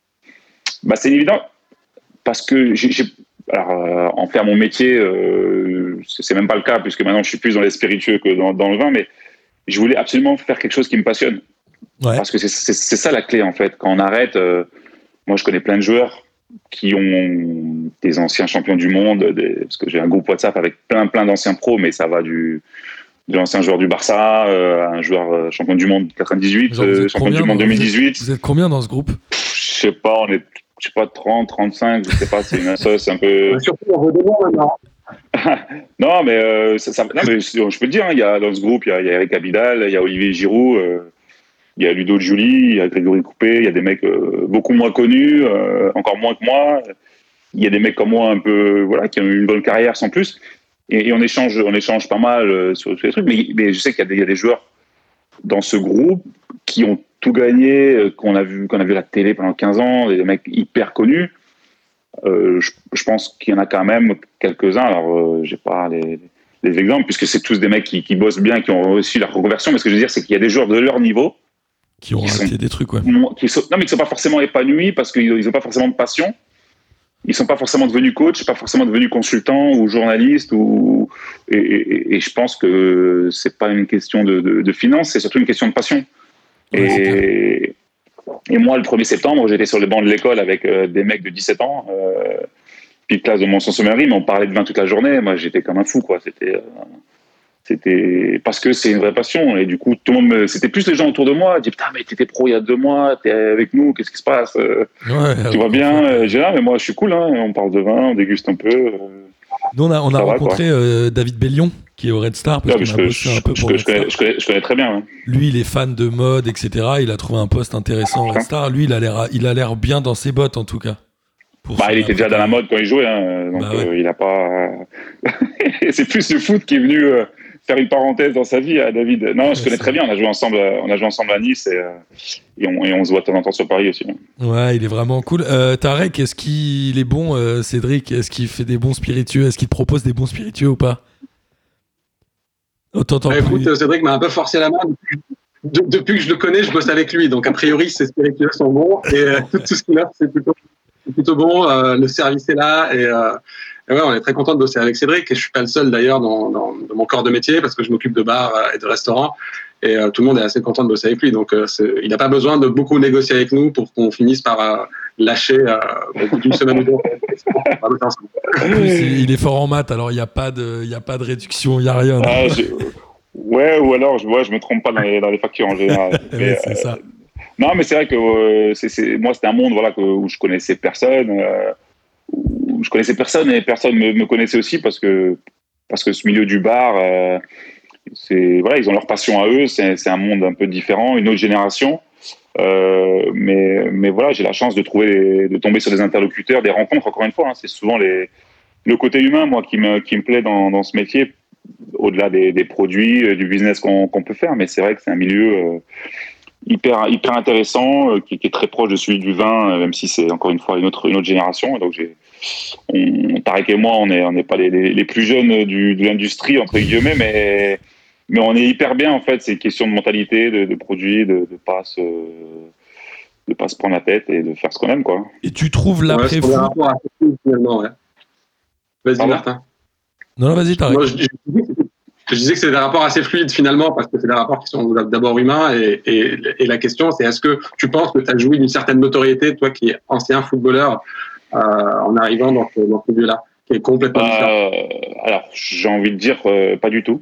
Bah, c'est évident parce que j'ai, j'ai alors, euh, en faire mon métier, euh, c'est, c'est même pas le cas puisque maintenant je suis plus dans les spiritueux que dans, dans le vin, mais je voulais absolument faire quelque chose qui me passionne. Ouais. Parce que c'est, c'est, c'est ça la clé, en fait. Quand on arrête, euh, moi je connais plein de joueurs qui ont des anciens champions du monde, des, parce que j'ai un groupe WhatsApp avec plein plein d'anciens pros, mais ça va du de l'ancien joueur du Barça, euh, un joueur euh, champion du monde quatre-vingt-dix-huit, euh, champion du monde deux mille dix-huit. Vous êtes, vous êtes combien dans ce groupe? Je sais pas, on est, je sais pas, trente, trente-cinq, je sais pas, c'est une assoce un peu... Surtout, on veut des noms maintenant. non, mais, euh, ça, ça, non, mais je peux le dire, hein, il y a, dans ce groupe, il y a, il y a Eric Abidal, il y a Olivier Giroud, euh, il y a Ludo Giuli, il y a Grégory Coupé, il y a des mecs euh, beaucoup moins connus, euh, encore moins que moi. Il y a des mecs comme moi un peu, voilà, qui ont eu une bonne carrière sans plus. Et, et on échange, on échange pas mal euh, sur, sur les trucs. Mais, mais je sais qu'il y a, des, il y a des joueurs dans ce groupe qui ont tout gagné, euh, qu'on a vu, qu'on a vu à la télé pendant quinze ans, des mecs hyper connus. Euh, je, je pense qu'il y en a quand même quelques-uns. Alors, euh, j'ai pas les, les exemples, puisque c'est tous des mecs qui, qui bossent bien, qui ont réussi leur reconversion. Mais ce que je veux dire, c'est qu'il y a des joueurs de leur niveau qui ont qui raté sont, des trucs, ouais. Qui sont, non, mais qui sont pas forcément épanouis parce qu'ils n'ont pas forcément de passion. Ils sont pas forcément devenus coach, pas forcément devenus consultants ou journalistes. Ou, et, et, et je pense que c'est pas une question de, de, de finance, c'est surtout une question de passion. Ouais, et, et moi, le premier septembre, j'étais sur les bancs de l'école avec euh, des mecs de dix-sept ans, euh, puis de classe de Mont-Saint-Sommery, mais on parlait de vin toute la journée. Moi, j'étais comme un fou, quoi. C'était... Euh, C'était parce que c'est une vraie passion et du coup tout le monde me... c'était plus les gens autour de moi disaient putain mais t'étais pro il y a deux mois, t'es avec nous, qu'est-ce qui se passe, ouais, tu vas bien? J'ai là mais moi je suis cool, hein. On parle de vin, on déguste un peu. Nous on a, on a rencontré va, euh, David Bellion qui est au Red Star parce ouais, qu'on a bossé un peu je, pour je, Red Star. Je, connais, je connais très bien, hein. Lui il est fan de mode, etc. Il a trouvé un poste intéressant au Red Star. Lui il a l'air il a l'air bien dans ses bottes en tout cas. Bah, il était déjà dans la mode quand il jouait, hein. Donc bah ouais. euh, il a pas c'est plus le foot qui est venu euh, faire une parenthèse dans sa vie à David. Non, ouais, je connais très bien. On a joué ensemble, on a joué ensemble à Nice et, euh, et, on, et on se voit de temps en temps sur Paris aussi. Ouais, il est vraiment cool. Euh, Tarek, est-ce qu'il est bon, euh, Cédric? Est-ce qu'il fait des bons spiritueux? Est-ce qu'il te propose des bons spiritueux ou pas? Oh, bah, écoute, Cédric m'a un peu forcé la main. Depuis, de, depuis que je le connais, je bosse avec lui. Donc, a priori, ses spiritueux sont bons. Et euh, tout, tout ce qu'il offre, c'est plutôt, c'est plutôt bon. Euh, le service est là. Et... Euh, Et ouais, on est très content de bosser avec Cédric et je suis pas le seul d'ailleurs dans, dans, dans mon corps de métier parce que je m'occupe de bars et de restaurants et euh, tout le monde est assez content de bosser avec lui. Donc euh, c'est, il n'a pas besoin de beaucoup négocier avec nous pour qu'on finisse par euh, lâcher euh, au bout d'une semaine ou deux. Il est fort en maths, alors il n'y a pas de, il y a pas de réduction, il n'y a rien. Ah, je... Ouais, ou alors je ouais, je me trompe pas dans les, dans les factures en général. Mais, mais, c'est euh, ça. Non, mais c'est vrai que euh, c'est, c'est, moi c'était un monde voilà que, où je connaissais personne. Euh, je connaissais personne et personne me, me connaissait aussi parce que parce que ce milieu du bar, euh, c'est voilà, ils ont leur passion à eux. C'est, c'est un monde un peu différent, une autre génération. Euh, mais mais voilà, j'ai la chance de trouver, de tomber sur des interlocuteurs, des rencontres. Encore une fois, hein, c'est souvent les le côté humain, moi, qui me qui me plaît dans dans ce métier, au-delà des, des produits, du business qu'on qu'on peut faire. Mais c'est vrai que c'est un milieu euh, hyper hyper intéressant, euh, qui, qui est très proche de celui du vin, euh, même si c'est encore une fois une autre une autre génération. Et donc j'ai, on, Tarek et moi, on est on n'est pas les, les, les plus jeunes du, de l'industrie entre guillemets, mais mais on est hyper bien en fait. C'est une question de mentalité, de, de produit, de, de pas se de pas se prendre la tête et de faire ce qu'on aime, quoi. Et tu trouves l'après-foot ouais, rapport à finalement, ouais. Vas-y, Pardon Martin. Non, non, vas-y, Tarek. Non, je, je, je disais que c'est des rapports assez fluides finalement, parce que c'est des rapports qui sont d'abord humains. Et, et, et la question, c'est est-ce que tu penses que tu as joui d'une certaine notoriété, toi qui es ancien footballeur, euh, en arrivant dans ce, dans ce lieu-là, qui est complètement euh, différent? Alors, j'ai envie de dire euh, pas du tout.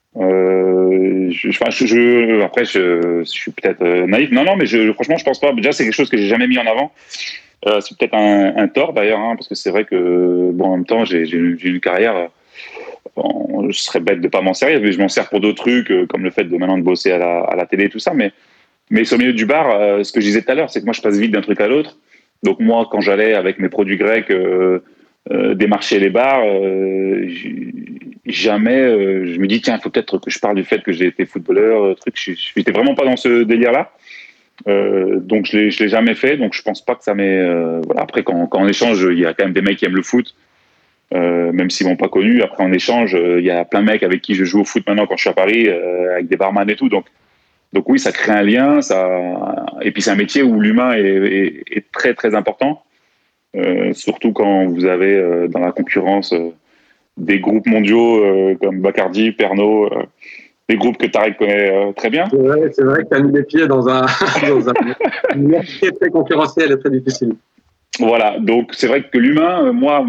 Euh, je, je, je, après, je, je suis peut-être euh, naïf. Non, non, mais je, franchement, je pense pas. Déjà, c'est quelque chose que j'ai jamais mis en avant. Euh, c'est peut-être un, un tort d'ailleurs, hein, parce que c'est vrai que, bon, en même temps, j'ai, j'ai, j'ai une carrière. Bon, je serais bête de pas m'en servir, mais je m'en sers pour d'autres trucs, euh, comme le fait de maintenant de bosser à la, à la télé et tout ça. Mais, mais sur le milieu du bar, euh, ce que je disais tout à l'heure, c'est que moi, je passe vite d'un truc à l'autre. Donc moi, quand j'allais avec mes produits grecs euh, euh, démarcher les bars, euh, jamais euh, je me dis tiens, il faut peut-être que je parle du fait que j'ai été footballeur, euh, truc. Je n'étais vraiment pas dans ce délire-là. Euh, donc je l'ai, je l'ai jamais fait. Donc je pense pas que ça m'est. Euh, voilà. Après, quand, quand on échange, il y a quand même des mecs qui aiment le foot. Euh, même s'ils m'ont pas connu. Après, en échange, il euh, y a plein de mecs avec qui je joue au foot maintenant quand je suis à Paris, euh, avec des barman et tout. Donc, donc oui, ça crée un lien. Ça... Et puis, c'est un métier où l'humain est, est, est très, très important. Euh, surtout quand vous avez euh, dans la concurrence euh, des groupes mondiaux euh, comme Bacardi, Pernod, euh, des groupes que Tarek connaît euh, très bien. C'est vrai, c'est vrai que tu as mis les pieds dans un, dans un une métier très concurrentiel et très difficile. Voilà, donc c'est vrai que l'humain, moi,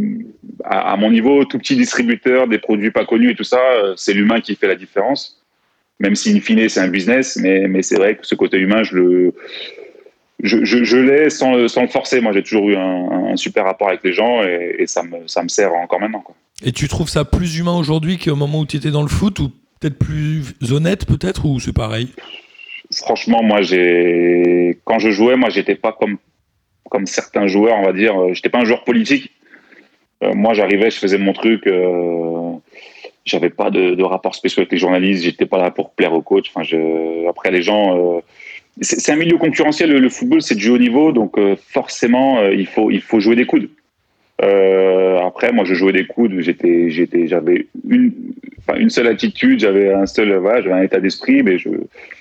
à mon niveau, tout petit distributeur, des produits pas connus et tout ça, c'est l'humain qui fait la différence. Même si, in fine, c'est un business, mais, mais c'est vrai que ce côté humain, je le, je, je, je l'ai sans, sans le forcer. Moi, j'ai toujours eu un, un super rapport avec les gens et, et ça, me, ça me sert encore maintenant, quoi. Et tu trouves ça plus humain aujourd'hui qu'au moment où tu étais dans le foot, ou peut-être plus honnête, peut-être, ou c'est pareil? Franchement, moi, j'ai, quand je jouais, moi, j'étais pas comme comme certains joueurs, on va dire. Euh, j'étais pas un joueur politique. Euh, moi, j'arrivais, je faisais mon truc. Euh, j'avais pas de, de rapport spécial avec les journalistes. J'étais pas là pour plaire au coach. Enfin, je, après, les gens, euh, c'est, c'est un milieu concurrentiel. Le, le football, c'est du haut niveau, donc euh, forcément, euh, il faut, il faut jouer des coudes. Euh, après, moi, je jouais des coudes. J'étais, j'étais, j'avais une, enfin, une seule attitude. J'avais un seul, voilà, j'avais un état d'esprit, mais je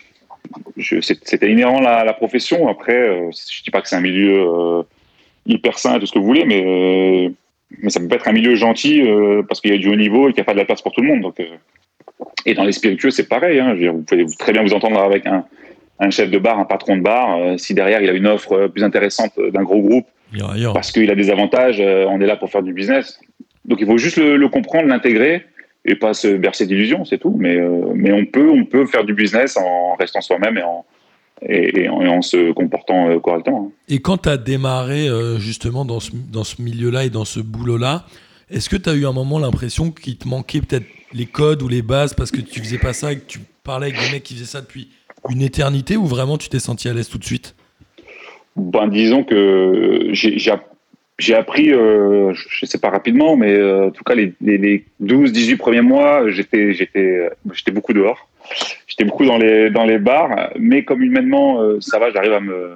Je, c'était inhérent à la, la profession. Après, euh, je dis pas que c'est un milieu euh, hyper sain, tout ce que vous voulez, mais, euh, mais ça peut pas être un milieu gentil euh, parce qu'il y a du haut niveau et qu'il n'y a pas de la place pour tout le monde. Donc, euh, et dans les spiritueux, c'est pareil. Hein, je veux dire, vous pouvez très bien vous entendre avec un, un chef de bar, un patron de bar. Euh, si derrière, il a une offre plus intéressante d'un gros groupe, yeah, parce qu'il a des avantages, euh, on est là pour faire du business. Donc, il faut juste le, le comprendre, l'intégrer, et pas se bercer d'illusions, c'est tout. Mais, euh, mais on peut, on peut faire du business en restant soi-même et en, et, et en, et en se comportant euh, correctement. Et quand tu as démarré euh, justement dans ce, dans ce milieu-là et dans ce boulot-là, est-ce que tu as eu un moment l'impression qu'il te manquait peut-être les codes ou les bases parce que tu faisais pas ça et que tu parlais avec des mecs qui faisaient ça depuis une éternité, ou vraiment tu t'es senti à l'aise tout de suite? Ben, disons que j'ai, j'ai J'ai appris, euh, je ne sais pas rapidement, mais euh, en tout cas, les, les, les douze dix-huit premiers mois, j'étais, j'étais, j'étais beaucoup dehors. J'étais beaucoup dans les, dans les bars, mais comme humainement, euh, ça va, j'arrive à, me,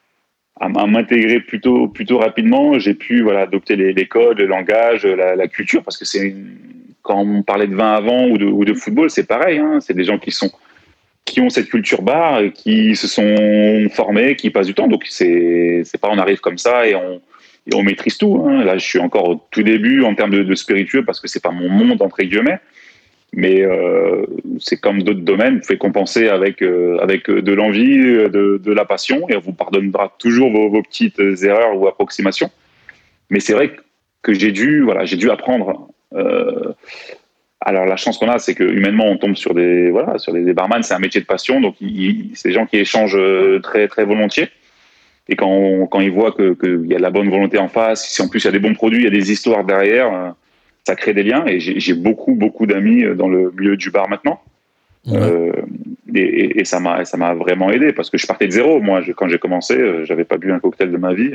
à m'intégrer plutôt, plutôt rapidement. J'ai pu voilà, adopter les, les codes, le langage, la, la culture, parce que c'est une, quand on parlait de vin avant ou de, ou de football, c'est pareil. Hein, c'est des gens qui, sont, qui ont cette culture bar, qui se sont formés, qui passent du temps. Donc, c'est, c'est pas on arrive comme ça et on... Et on maîtrise tout. Hein. Là, je suis encore au tout début en termes de, de spiritueux parce que c'est pas mon monde entre guillemets. Mais euh, c'est comme d'autres domaines. Vous pouvez compenser avec euh, avec de l'envie, de, de la passion, et on vous pardonnera toujours vos, vos petites erreurs ou approximations. Mais c'est vrai que j'ai dû, voilà, j'ai dû apprendre. Euh, alors la chance qu'on a, c'est que humainement, on tombe sur des voilà, sur des, des barman. C'est un métier de passion, donc il, c'est des gens qui échangent très très volontiers. Et quand, on, quand ils voient qu'il que y a de la bonne volonté en face, si en plus il y a des bons produits, il y a des histoires derrière, euh, ça crée des liens. Et j'ai, j'ai beaucoup, beaucoup d'amis dans le milieu du bar maintenant. Ouais. Euh, et, et, et ça m'a, ça m'a vraiment aidé parce que je partais de zéro. Moi, je, quand j'ai commencé, euh, j'avais pas bu un cocktail de ma vie.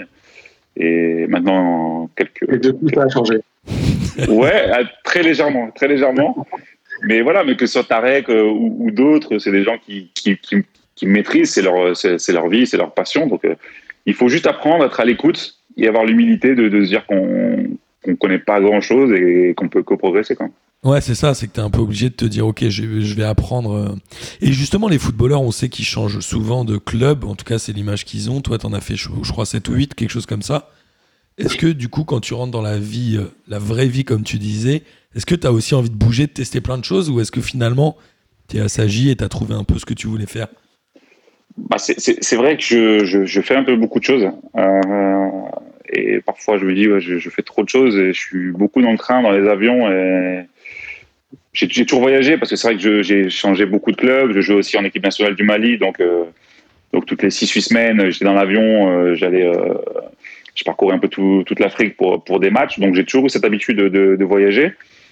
Et maintenant, quelques. Et depuis, ça a changé. Ouais, très légèrement, très légèrement. Mais voilà, mais que ce soit Tarek euh, ou, ou d'autres, c'est des gens qui, qui, qui, qu'ils maîtrisent, c'est leur, c'est, c'est leur vie, c'est leur passion. Donc, euh, il faut juste apprendre à être à l'écoute et avoir l'humilité de, de se dire qu'on qu'on connaît pas grand-chose et qu'on peut que progresser quand même. Ouais, c'est ça, c'est que t'es un peu obligé de te dire, ok, je, je vais apprendre. Et justement, les footballeurs, on sait qu'ils changent souvent de club, en tout cas, c'est l'image qu'ils ont. Toi, t'en as fait, je, je crois, sept ou huit, quelque chose comme ça. Est-ce que, du coup, quand tu rentres dans la vie, la vraie vie, comme tu disais, est-ce que t'as aussi envie de bouger, de tester plein de choses, ou est-ce que finalement, t'es assagi et t'as trouvé un peu ce que tu voulais faire? Bah, c'est, c'est, c'est vrai que je, je, je fais un peu beaucoup de choses. Euh, et parfois, je me dis, ouais, je, je fais trop de choses et je suis beaucoup dans le train, dans les avions et J'ai, j'ai toujours voyagé parce que c'est vrai que je, j'ai changé beaucoup de clubs. Je joue aussi en équipe nationale du Mali, donc euh, donc toutes les six huit semaines, j'étais dans l'avion, euh, j'allais, euh, je parcourais un peu tout, toute l'Afrique pour pour des matchs. Donc j'ai toujours eu cette habitude de, de, de voyager.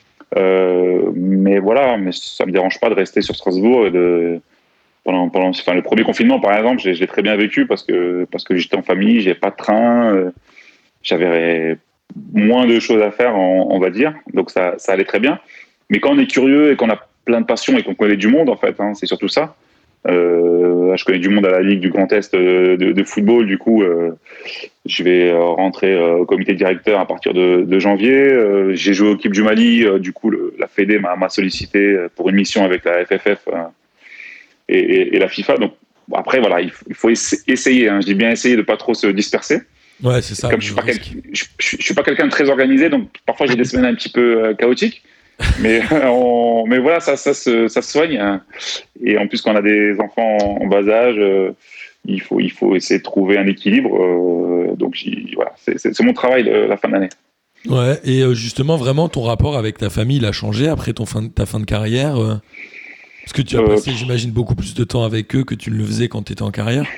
Euh, mais voilà, mais ça me dérange pas de rester sur Strasbourg et de pendant pendant enfin le premier confinement par exemple, j'ai, je l'ai très bien vécu parce que parce que j'étais en famille, j'avais pas de train, euh, j'avais moins de choses à faire, on, on va dire. Donc ça ça allait très bien. Mais quand on est curieux et qu'on a plein de passion et qu'on connaît du monde, en fait, hein, c'est surtout ça. Euh, je connais du monde à la Ligue du Grand Est de, de, de football, du coup, euh, je vais rentrer euh, au comité directeur à partir de, de janvier. Euh, j'ai joué au équipe du Mali, euh, du coup, le, la Fédé m'a, m'a sollicité pour une mission avec la F F F euh, et, et, et la FIFA. Donc après, voilà, il faut, il faut essayer. Hein, je dis bien essayer de pas trop se disperser. Ouais, c'est ça. Comme je suis pas quel, je, je, je suis pas quelqu'un de très organisé, donc parfois j'ai des semaines un petit peu euh, chaotiques. mais, on, mais voilà, ça, ça, se, ça se soigne. Hein. Et en plus, quand on a des enfants en bas âge, euh, il, faut, il faut essayer de trouver un équilibre. Euh, donc, j'y, voilà, c'est, c'est, c'est mon travail de la fin d'année. Ouais, et justement, vraiment, ton rapport avec ta famille, il a changé après ton fin de, ta fin de carrière euh, Parce que tu as passé, euh, j'imagine, beaucoup plus de temps avec eux que tu ne le faisais quand tu étais en carrière.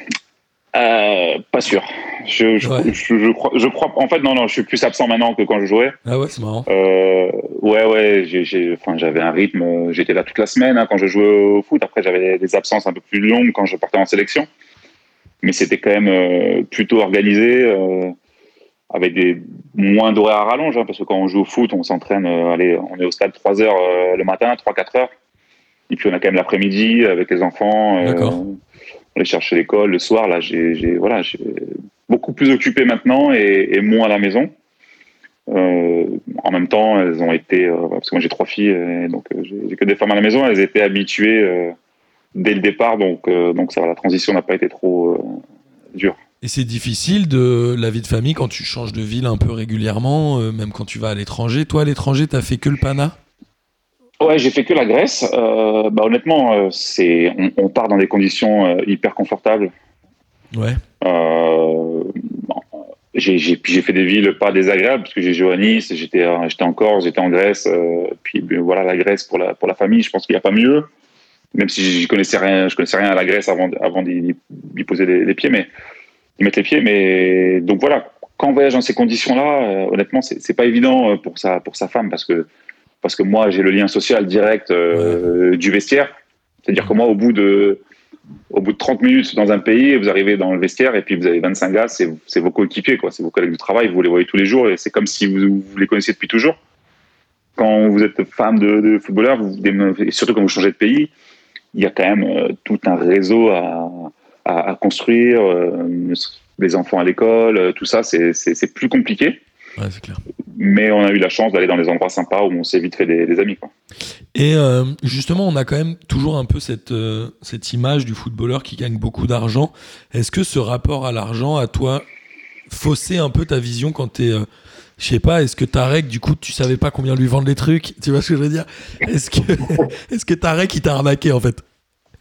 Euh, pas sûr. Je, je, ouais. je, je, crois, je crois. En fait, non, non, je suis plus absent maintenant que quand je jouais. Ah ouais, c'est marrant. Euh, ouais, ouais. J'ai, j'ai, enfin, j'avais un rythme. J'étais là toute la semaine hein, quand je jouais au foot. Après, j'avais des absences un peu plus longues quand je partais en sélection. Mais c'était quand même euh, plutôt organisé, euh, avec des moins d'horaires à rallonge. Hein, parce que quand on joue au foot, on s'entraîne. Euh, allez, on est au stade trois heures euh, le matin, trois quatre heures. Et puis on a quand même l'après-midi avec les enfants. Euh, D'accord. On les chercher à l'école le soir. Là, j'ai, j'ai voilà, j'ai beaucoup plus occupé maintenant et, et moins à la maison. Euh, en même temps, elles ont été euh, parce que moi j'ai trois filles, et donc euh, j'ai, j'ai que des femmes à la maison. Elles étaient habituées euh, dès le départ, donc euh, donc ça, la transition n'a pas été trop euh, dure. Et c'est difficile de la vie de famille quand tu changes de ville un peu régulièrement, euh, même quand tu vas à l'étranger. Toi, à l'étranger, t'as fait que le Pana ? Ouais, j'ai fait que la Grèce. Euh, bah honnêtement, euh, c'est on, on part dans des conditions euh, hyper confortables. Ouais. Euh, bon, j'ai, j'ai j'ai fait des villes pas désagréables parce que j'ai joué à Nice, j'étais j'étais en Corse, j'étais en Grèce. Euh, puis ben, voilà, la Grèce pour la pour la famille, je pense qu'il y a pas mieux. Même si je connaissais rien, je connaissais rien à la Grèce avant avant d'y, d'y poser les, les pieds, mais d'y mettre les pieds. Mais donc voilà, quand on voyage dans ces conditions-là, euh, honnêtement, c'est c'est pas évident pour sa pour sa femme parce que Parce que moi, j'ai le lien social direct euh, ouais. du vestiaire. C'est-à-dire que moi, au bout de, au bout de trente minutes dans un pays, vous arrivez dans le vestiaire et puis vous avez vingt-cinq gars, c'est, c'est vos coéquipiers, quoi. C'est vos collègues de travail, vous les voyez tous les jours et c'est comme si vous, vous les connaissiez depuis toujours. Quand vous êtes fan de, de footballeur, vous, et surtout quand vous changez de pays, il y a quand même euh, tout un réseau à, à, à construire, euh, les enfants à l'école, tout ça, c'est, c'est, c'est plus compliqué. Ouais, c'est clair. Mais on a eu la chance d'aller dans des endroits sympas où on s'est vite fait des, des amis, quoi. Et euh, justement, on a quand même toujours un peu cette, euh, cette image du footballeur qui gagne beaucoup d'argent. Est-ce que ce rapport à l'argent, à toi, faussait un peu ta vision quand t'es... Euh, je sais pas, est-ce que Tarek, du coup, tu savais pas combien lui vendre les trucs ? Tu vois ce que je veux dire ? Est-ce que, est-ce que Tarek, il t'a arnaqué, en fait ?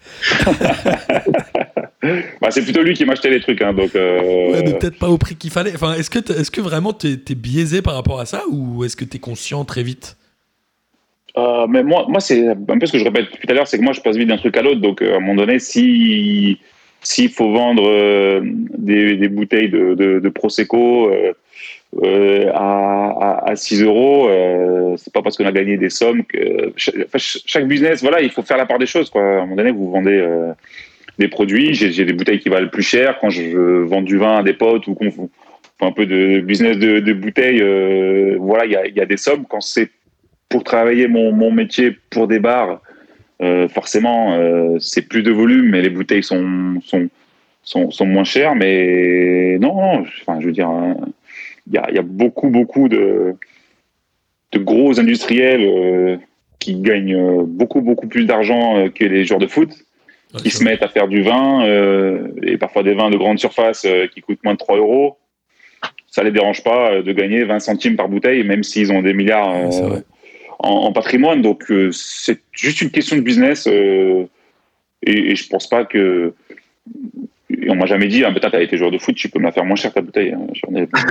Bah, c'est plutôt lui qui m'achetait les trucs, hein, donc. Euh... Ouais, mais peut-être pas au prix qu'il fallait. Enfin, est-ce que, est-ce que vraiment t'es, t'es biaisé par rapport à ça ou est-ce que t'es conscient très vite ? euh, Mais moi, moi, c'est un peu ce que je répète depuis tout à l'heure, c'est que moi, je passe vite d'un truc à l'autre. Donc, euh, à un moment donné, si s'il faut vendre euh, des, des bouteilles de, de, de prosecco euh, euh, à, à, à six euros, euh, c'est pas parce qu'on a gagné des sommes que chaque, chaque business, voilà, il faut faire la part des choses, quoi. À un moment donné, vous vendez. Euh, des produits, j'ai, j'ai des bouteilles qui valent plus cher quand je vends du vin à des potes ou qu'on fait un peu de business de, de bouteilles, euh, voilà, il y a, y a des sommes. Quand c'est pour travailler mon, mon métier pour des bars, Euh, forcément, euh, c'est plus de volume, mais les bouteilles sont sont sont, sont moins chères. Mais non, non, enfin, je veux dire, il y a, y a beaucoup beaucoup de de gros industriels euh, qui gagnent beaucoup beaucoup plus d'argent que les joueurs de foot, ouais, qui se mettent à faire du vin euh, et parfois des vins de grande surface euh, qui coûtent moins de trois euros. Ça les dérange pas de gagner vingt centimes par bouteille, même s'ils ont des milliards euh, ouais, en, en patrimoine. Donc euh, c'est juste une question de business euh, et, et je pense pas que on m'a jamais dit ah, peut-être t'as été joueur de foot, tu peux me la faire moins cher ta bouteille. J'en ai pas...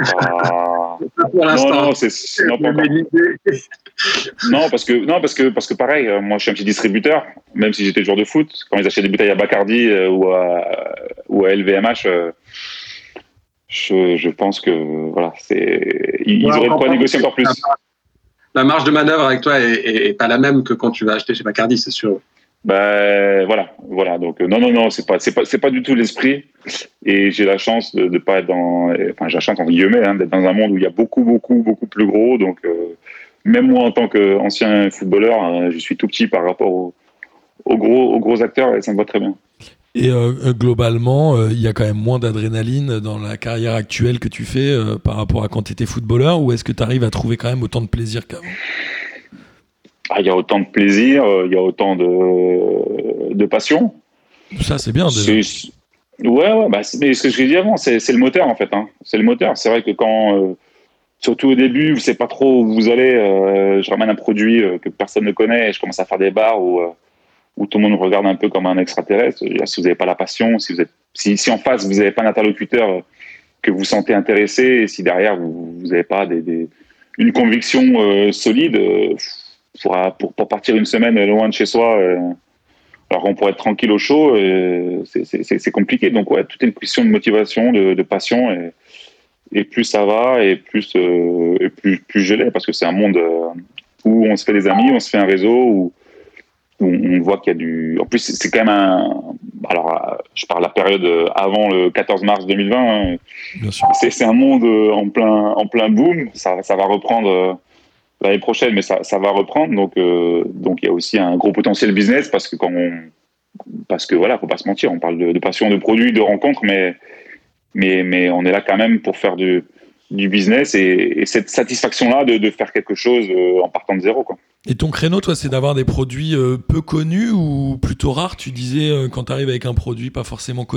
non non c'est, c'est non, pas encore. non parce que non parce que parce que pareil, moi je suis un petit distributeur, même si j'étais joueur de foot, quand ils achètent des bouteilles à Bacardi euh, ou à ou à L V M H. Euh, Je, je pense que voilà, c'est ils, ouais, ils auraient de quoi négocier encore plus. La marge de manœuvre avec toi est, est, est pas la même que quand tu vas acheter chez Bacardi, c'est sûr. Ben voilà, voilà. Donc non, non, non, c'est pas, c'est pas, c'est pas du tout l'esprit. Et j'ai la chance de, de pas être dans, enfin, j'ai la chance entre guillemets hein, d'être dans un monde où il y a beaucoup, beaucoup, beaucoup plus gros. Donc euh, même moi en tant qu'ancien footballeur, euh, je suis tout petit par rapport aux, aux gros, aux gros acteurs et ça me va très bien. Et euh, globalement, il euh, y a quand même moins d'adrénaline dans la carrière actuelle que tu fais euh, par rapport à quand tu étais footballeur, ou est-ce que tu arrives à trouver quand même autant de plaisir qu'avant ? Ah, il y a autant de plaisir, il y a autant de, de passion. Ça, c'est bien déjà. C'est... Ouais, ouais, bah, c'est, mais ce que je disais avant, c'est, c'est le moteur en fait. Hein. C'est le moteur. C'est vrai que quand, euh, surtout au début, vous ne savez pas trop où vous allez, euh, je ramène un produit euh, que personne ne connaît et je commence à faire des bars où, euh, où tout le monde me regarde un peu comme un extraterrestre. Si vous n'avez pas la passion, si, vous êtes, si, si en face, vous n'avez pas un interlocuteur que vous sentez intéressé, et si derrière, vous n'avez pas des, des, une conviction euh, solide, euh, pour, pour, pour partir une semaine loin de chez soi, euh, alors qu'on pourrait être tranquille au chaud, euh, c'est, c'est, c'est compliqué. Donc, ouais, tout est une question de motivation, de, de passion, et, et plus ça va, et plus, euh, et plus, plus je l'ai, parce que c'est un monde euh, où on se fait des amis, on se fait un réseau, où, où on voit qu'il y a du... En plus, c'est quand même un... Alors, je parle de la période avant le quatorze mars deux mille vingt. Hein. Bien sûr. C'est, c'est un monde en plein, en plein boom. Ça, ça va reprendre l'année prochaine, mais ça, ça va reprendre. Donc, euh, donc, il y a aussi un gros potentiel business parce que quand on... Parce que, voilà, faut pas se mentir. On parle de, de passion, de produits, de rencontres, mais, mais, mais on est là quand même pour faire du, du business et, et cette satisfaction-là de, de faire quelque chose en partant de zéro, quoi. Et ton créneau, toi, c'est d'avoir des produits euh, peu connus ou plutôt rares ? Tu disais, euh, quand tu arrives avec un produit pas forcément connu ?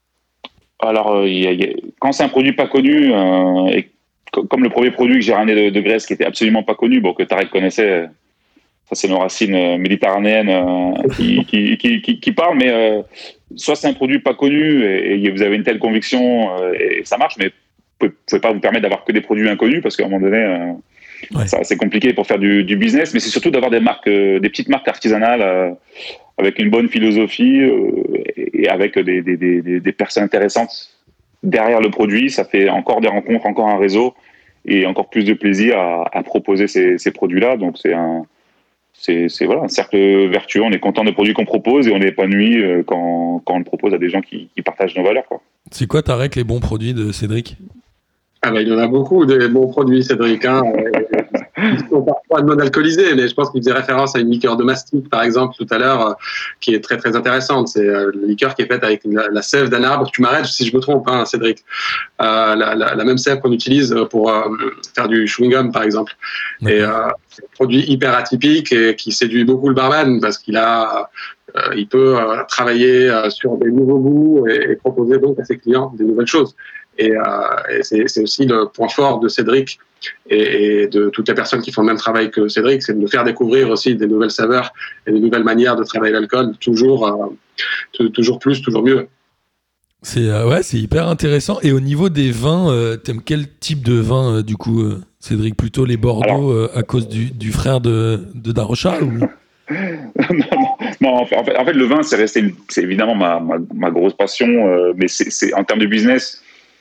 Alors, euh, y a, y a, quand c'est un produit pas connu, euh, et c- comme le premier produit que j'ai ramené de, de Grèce qui était absolument pas connu, bon, que Tarek connaissait, ça c'est nos racines euh, méditerranéennes euh, qui, qui, qui, qui, qui parlent, mais euh, soit c'est un produit pas connu et, et vous avez une telle conviction euh, et ça marche, mais vous ne pouvez pas vous permettre d'avoir que des produits inconnus parce qu'à un moment donné... Euh, Ouais. Ça, c'est compliqué pour faire du, du business, mais c'est surtout d'avoir des marques, euh, des petites marques artisanales euh, avec une bonne philosophie euh, et avec des, des, des, des personnes intéressantes derrière le produit. Ça fait encore des rencontres, encore un réseau et encore plus de plaisir à, à proposer ces, ces produits-là. Donc c'est un, c'est, c'est voilà, un cercle vertueux. On est content des produits qu'on propose et on est épanoui euh, quand, quand on le propose à des gens qui, qui partagent nos valeurs, quoi. C'est quoi, Tarek, les bons produits de Cédric ? Ah bah, il y en a beaucoup des bons produits, Cédric. Hein. Ils sont parfois non alcoolisés, mais je pense qu'il faisait référence à une liqueur de mastic, par exemple, tout à l'heure, euh, qui est très très intéressante. C'est euh, une liqueur qui est faite avec la, la sève d'un arbre. Tu m'arrêtes si je me trompe, hein, Cédric. Euh, la, la, la même sève qu'on utilise pour euh, faire du chewing-gum, par exemple. Et euh, c'est un produit hyper atypique et qui séduit beaucoup le barman parce qu'il a, euh, il peut euh, travailler euh, sur des nouveaux goûts et, et proposer donc à ses clients des nouvelles choses. Et, euh, et c'est, c'est aussi le point fort de Cédric et, et de toutes les personnes qui font le même travail que Cédric, c'est de nous faire découvrir aussi des nouvelles saveurs et des nouvelles manières de travailler l'alcool, toujours, euh, t- toujours plus, toujours mieux. C'est, euh, ouais, c'est hyper intéressant. Et au niveau des vins, euh, t'aimes quel type de vin, euh, du coup, euh, Cédric ? Plutôt les Bordeaux Alors, euh, à cause du, du frère de, de Darocha ou... non, non, non en, fait, en, fait, en fait, le vin, c'est resté, une, c'est évidemment ma, ma, ma grosse passion, euh, mais c'est, c'est en termes de business.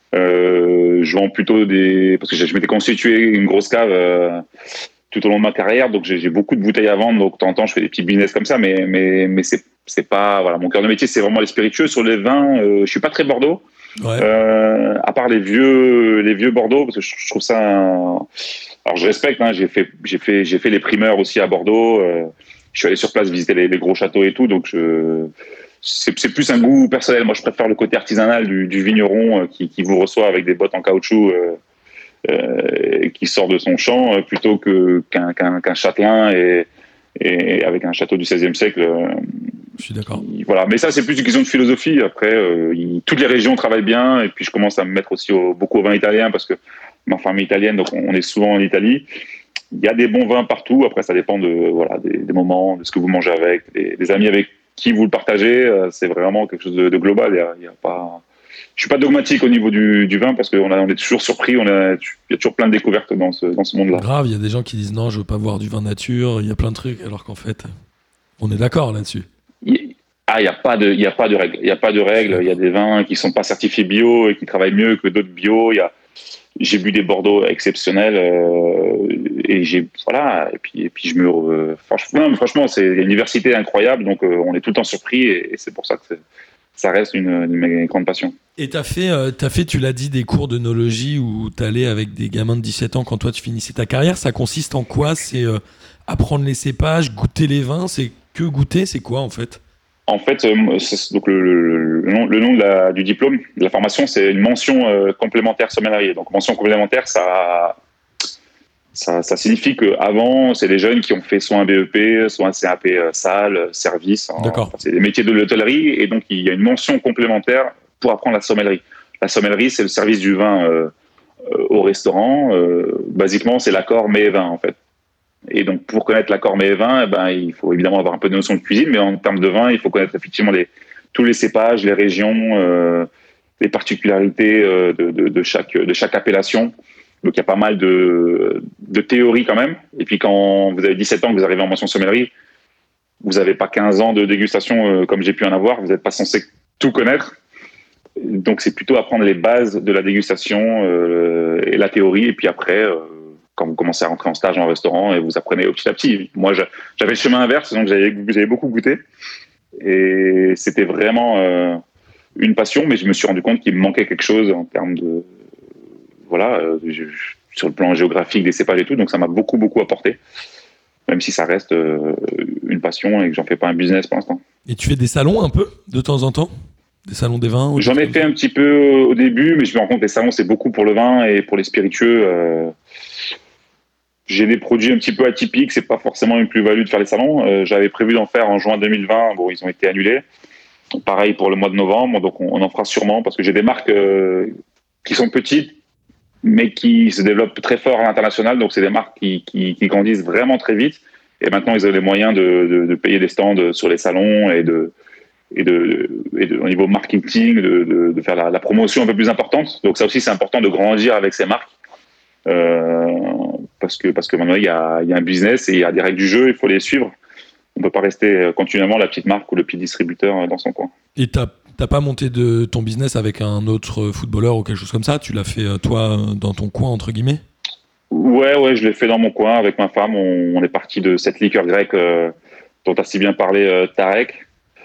Euh, je vends plutôt des... Parce que je m'étais constitué une grosse cave euh, tout au long de ma carrière, donc j'ai, j'ai beaucoup de bouteilles à vendre, donc de temps en temps je fais des petits business comme ça, mais, mais, mais c'est, c'est pas... Voilà, mon cœur de métier, c'est vraiment les spiritueux. Sur les vins, euh, je suis pas très Bordeaux, ouais. euh, à part les vieux, les vieux Bordeaux, parce que je, je trouve ça... Un... Alors je respecte, hein, j'ai, fait, j'ai, fait, j'ai fait les primeurs aussi à Bordeaux, euh, je suis allé sur place visiter les, les gros châteaux et tout, donc je, c'est, c'est plus un goût personnel. Moi, je préfère le côté artisanal du, du vigneron euh, qui, qui vous reçoit avec des bottes en caoutchouc euh, euh, qui sort de son champ euh, plutôt que, qu'un, qu'un, qu'un châtelain et, et avec un château du seizième siècle. Euh, je suis d'accord. Voilà, mais ça, c'est plus une question de philosophie. Après, euh, il, toutes les régions travaillent bien, et puis je commence à me mettre aussi au, beaucoup au vin italien parce que ma femme est italienne, donc on est souvent en Italie. Il y a des bons vins partout. Après, ça dépend de voilà des, des moments, de ce que vous mangez avec, des, des amis avec qui vous le partagez. Euh, c'est vraiment quelque chose de, de global. Il y a, il y a pas. Je suis pas dogmatique au niveau du, du vin parce qu'on a, on est toujours surpris. On a, il y a toujours plein de découvertes dans ce dans ce monde-là. Grave, il y a des gens qui disent non, je veux pas boire du vin nature. Il y a plein de trucs, alors qu'en fait, on est d'accord là-dessus. Il, ah, il y a pas de, il y a pas de règles. Il y a pas de règles. Il y a des vins qui sont pas certifiés bio et qui travaillent mieux que d'autres bio. Il y a J'ai bu des Bordeaux exceptionnels euh, et j'ai voilà et puis et puis je me euh, franchement franchement c'est une diversité incroyable, donc euh, on est tout le temps surpris et, et c'est pour ça que c'est, ça reste une, une, une grande passion. Et t'as fait euh, t'as fait tu l'as dit des cours d'œnologie où t'allais avec des gamins de dix-sept ans quand toi tu finissais ta carrière. Ça consiste en quoi? C'est euh, apprendre les cépages, goûter les vins. C'est que goûter? C'est quoi en fait? En fait, euh, c'est, donc le, le, le nom, le nom de la, du diplôme, de la formation, c'est une mention euh, complémentaire sommellerie. Donc mention complémentaire, ça, ça, ça signifie qu'avant, c'est des jeunes qui ont fait soit un B E P, soit un C A P euh, salle, service. D'accord. Enfin, c'est des métiers de l'hôtellerie, et donc il y a une mention complémentaire pour apprendre la sommellerie. La sommellerie, c'est le service du vin euh, euh, au restaurant. Euh, basiquement, c'est l'accord mets et vin en fait. Et donc, pour connaître l'accord mets et vin, eh ben, il faut évidemment avoir un peu de notion de cuisine, mais en termes de vin, il faut connaître effectivement les, tous les cépages, les régions, euh, les particularités euh, de, de, de, chaque, de chaque appellation. Donc, il y a pas mal de, de théorie quand même. Et puis, quand vous avez dix-sept ans, que vous arrivez en mention sommellerie, vous n'avez pas quinze ans de dégustation euh, comme j'ai pu en avoir. Vous n'êtes pas censé tout connaître. Donc, c'est plutôt apprendre les bases de la dégustation euh, et la théorie. Et puis après... Euh, quand vous commencez à rentrer en stage en restaurant et vous apprenez au petit à petit. Moi, je, j'avais le chemin inverse, donc j'avais, j'avais beaucoup goûté. Et c'était vraiment euh, une passion, mais je me suis rendu compte qu'il me manquait quelque chose en termes de... Voilà, euh, je, sur le plan géographique des cépages et tout, donc ça m'a beaucoup, beaucoup apporté, même si ça reste euh, une passion et que j'en fais pas un business pour l'instant. Et tu fais des salons un peu, de temps en temps? Des salons des vins? J'en ai fait un petit peu au début, mais je me rends compte que les salons, c'est beaucoup pour le vin et pour les spiritueux. Euh, J'ai des produits un petit peu atypiques, c'est pas forcément une plus-value de faire les salons. Euh, j'avais prévu d'en faire en juin deux mille vingt, bon, ils ont été annulés. Pareil pour le mois de novembre, donc on, on en fera sûrement parce que j'ai des marques euh, qui sont petites, mais qui se développent très fort à l'international. Donc c'est des marques qui, qui, qui grandissent vraiment très vite. Et maintenant, ils ont les moyens de, de, de payer des stands sur les salons et de, et de, et de au niveau marketing, de, de, de faire la, la promotion un peu plus importante. Donc ça aussi, c'est important de grandir avec ces marques. Euh, parce que parce que maintenant il y a il y a un business et il y a des règles du jeu, il faut les suivre. On peut pas rester continuellement la petite marque ou le petit distributeur dans son coin. Et t'as t'as pas monté de ton business avec un autre footballeur ou quelque chose comme ça? Tu l'as fait toi dans ton coin entre guillemets? Ouais ouais, je l'ai fait dans mon coin avec ma femme. On, on est parti de cette liqueur grecque euh, dont tu as si bien parlé, euh, Tarek.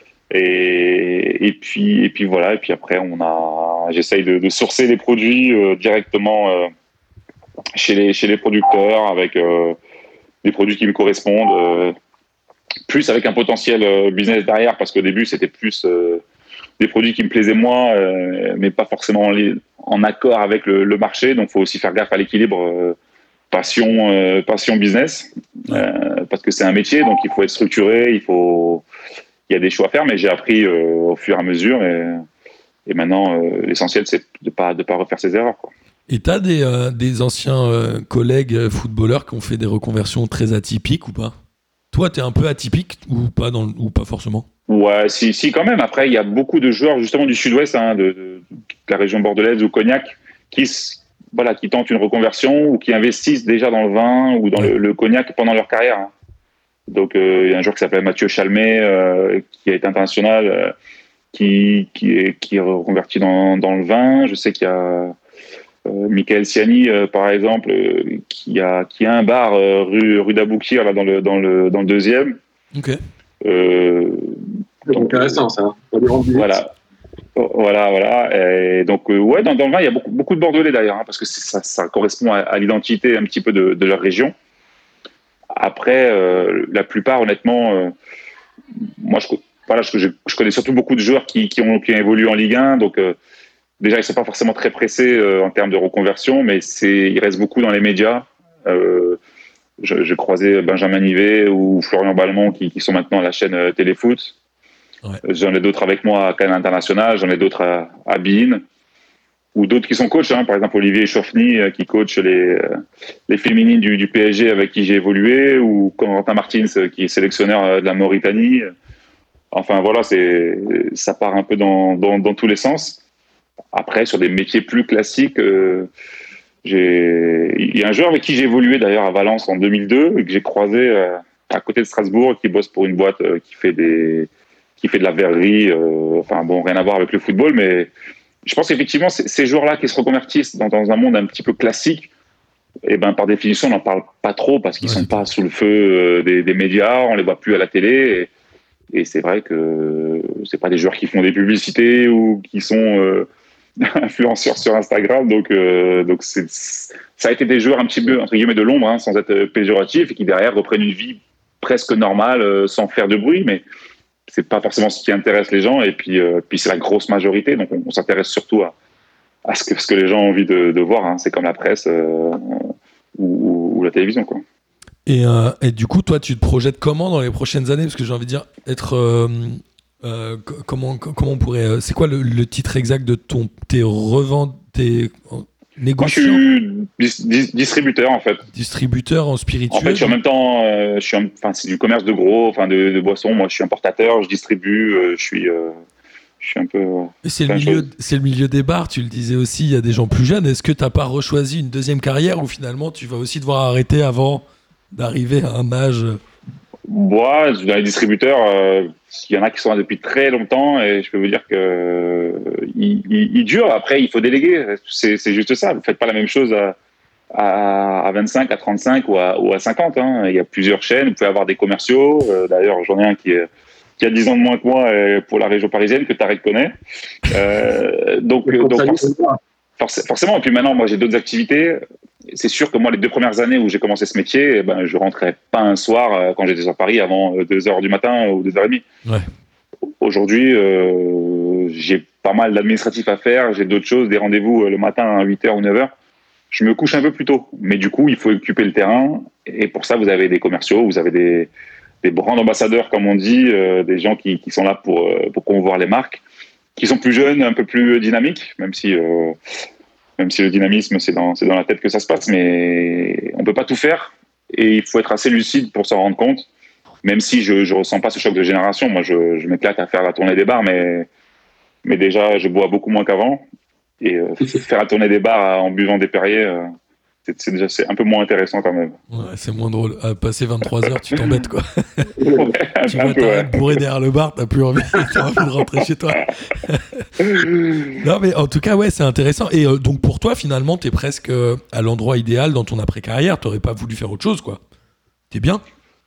Et, et puis et puis voilà. Et puis après on a j'essaye de, de sourcer les produits euh, directement. Euh, chez les chez les producteurs avec euh, des produits qui me correspondent, euh, plus avec un potentiel euh, business derrière, parce qu'au début c'était plus euh, des produits qui me plaisaient moi, euh, mais pas forcément en, li- en accord avec le, le marché. Donc faut aussi faire gaffe à l'équilibre euh, passion euh, passion business, euh, parce que c'est un métier, donc il faut être structuré, il faut il y a des choix à faire, mais j'ai appris euh, au fur et à mesure et, et maintenant euh, l'essentiel c'est de pas de pas refaire ses erreurs, quoi. Et t'as des, euh, des anciens euh, collègues footballeurs qui ont fait des reconversions très atypiques ou pas? Toi, t'es un peu atypique ou pas, dans le, ou pas forcément? Ouais, si, si, quand même. Après, il y a beaucoup de joueurs justement du sud-ouest, hein, de, de, de la région bordelaise ou Cognac, qui, voilà, qui tentent une reconversion ou qui investissent déjà dans le vin ou dans ouais. le, le Cognac pendant leur carrière. Hein. Donc, euh, il y a un joueur qui s'appelle Mathieu Chalmet, euh, qui est international, euh, qui, qui, est, qui est reconverti dans, dans le vin. Je sais qu'il y a Euh, Michael Siani, euh, par exemple, euh, qui a qui a un bar euh, rue rue d'Aboukir là dans le dans le dans le deuxième. Ok. Euh, c'est intéressant ça. Voilà, voilà, voilà. Et donc euh, ouais, dans, dans le vin, il y a beaucoup beaucoup de Bordelais d'ailleurs, hein, parce que ça ça correspond à, à l'identité un petit peu de, de leur région. Après, euh, la plupart, honnêtement, euh, moi, je, voilà, je, je, je connais surtout beaucoup de joueurs qui, qui, ont, qui ont évolué en Ligue un. Donc, euh, déjà, ils ne sont pas forcément très pressés euh, en termes de reconversion, mais c'est, ils restent beaucoup dans les médias. Euh, j'ai croisé Benjamin Nivet ou Florian Balmont qui, qui sont maintenant à la chaîne euh, Téléfoot. Ouais. J'en ai d'autres avec moi à Cannes International, j'en ai d'autres à, à Bein, ou d'autres qui sont coachs, hein, par exemple Olivier Chauffny euh, qui coach les, euh, les féminines du, du P S G avec qui j'ai évolué, ou Corentin Martins euh, qui est sélectionneur euh, de la Mauritanie. Enfin voilà, c'est, ça part un peu dans, dans, dans tous les sens. Après, sur des métiers plus classiques, euh, j'ai... il y a un joueur avec qui j'ai évolué d'ailleurs à Valence en deux mille deux et que j'ai croisé euh, à côté de Strasbourg, qui bosse pour une boîte euh, qui fait des qui fait de la verrerie, euh, enfin bon, rien à voir avec le football, mais je pense qu'effectivement, ces joueurs-là qui se reconvertissent dans, dans un monde un petit peu classique, et ben par définition, on n'en parle pas trop parce qu'ils ouais, sont pas sous le feu euh, des, des médias, on les voit plus à la télé, et, et c'est vrai que c'est pas des joueurs qui font des publicités ou qui sont euh, influenceurs sur Instagram, donc euh, donc c'est, ça a été des joueurs un petit peu entre guillemets de l'ombre, hein, sans être péjoratif, et qui derrière reprennent une vie presque normale, euh, sans faire de bruit, mais c'est pas forcément ce qui intéresse les gens, et puis euh, puis c'est la grosse majorité, donc on, on s'intéresse surtout à à ce que ce que les gens ont envie de, de voir, hein. C'est comme la presse euh, ou, ou la télévision, quoi. Et, euh, et du coup, toi, tu te projettes comment dans les prochaines années? Parce que j'ai envie de dire, être euh, euh, comment comment on pourrait, euh, c'est quoi le, le titre exact de ton tes reventes, tes négociants? Moi, je suis dis- distributeur en fait. Distributeur en spiritueux. En fait, je suis en même temps, euh, je suis, en, enfin, c'est du commerce de gros, enfin de, de boissons. Moi, je suis importateur, je distribue, euh, je suis, euh, je suis un peu. Euh, et c'est le milieu, c'est le milieu des bars. Tu le disais aussi, il y a des gens plus jeunes. Est-ce que t'as pas rechoisi une deuxième carrière ou finalement tu vas aussi devoir arrêter avant d'arriver à un âge? Moi, dans les distributeurs, euh, il y en a qui sont là depuis très longtemps et je peux vous dire que euh, ils, ils, ils durent. Après, il faut déléguer. C'est, c'est juste ça. Vous faites pas la même chose à, à, à vingt-cinq, à trente-cinq ou à, ou à cinquante. Hein. Il y a plusieurs chaînes. Vous pouvez avoir des commerciaux. Euh, d'ailleurs, j'en ai un qui, est, qui a dix ans de moins que moi euh, pour la région parisienne que Tarek connaît. Euh, donc, donc forc- forc- forcément. Et puis maintenant, moi, j'ai d'autres activités. C'est sûr que moi, les deux premières années où j'ai commencé ce métier, eh ben, je rentrais pas un soir euh, quand j'étais sur Paris avant deux heures du matin ou deux heures trente. Ouais. Aujourd'hui, euh, j'ai pas mal d'administratifs à faire, j'ai d'autres choses, des rendez-vous euh, le matin à huit heures ou neuf heures. Je me couche un peu plus tôt. Mais du coup, il faut occuper le terrain. Et pour ça, vous avez des commerciaux, vous avez des, des brands ambassadeurs, comme on dit, euh, des gens qui, qui sont là pour, euh, pour promouvoir les marques, qui sont plus jeunes, un peu plus dynamiques, même si... Euh, Même si le dynamisme, c'est dans, c'est dans la tête que ça se passe, mais on peut pas tout faire et il faut être assez lucide pour s'en rendre compte. Même si je, je ressens pas ce choc de génération, moi je, je m'éclate à faire la tournée des bars, mais, mais déjà je bois beaucoup moins qu'avant et euh, faire la tournée des bars en buvant des Perrier, euh, c'est, c'est déjà c'est un peu moins intéressant quand même. Ouais, c'est moins drôle. À passer vingt-trois heures, tu t'embêtes quoi. Ouais, tu vois, t'arrêtes ouais. bourré derrière le bar, t'as plus envie, t'as envie de rentrer chez toi. Non, mais en tout cas, ouais, c'est intéressant. Et euh, donc pour toi, finalement, t'es presque euh, à l'endroit idéal dans ton après-carrière. T'aurais pas voulu faire autre chose, quoi. T'es bien?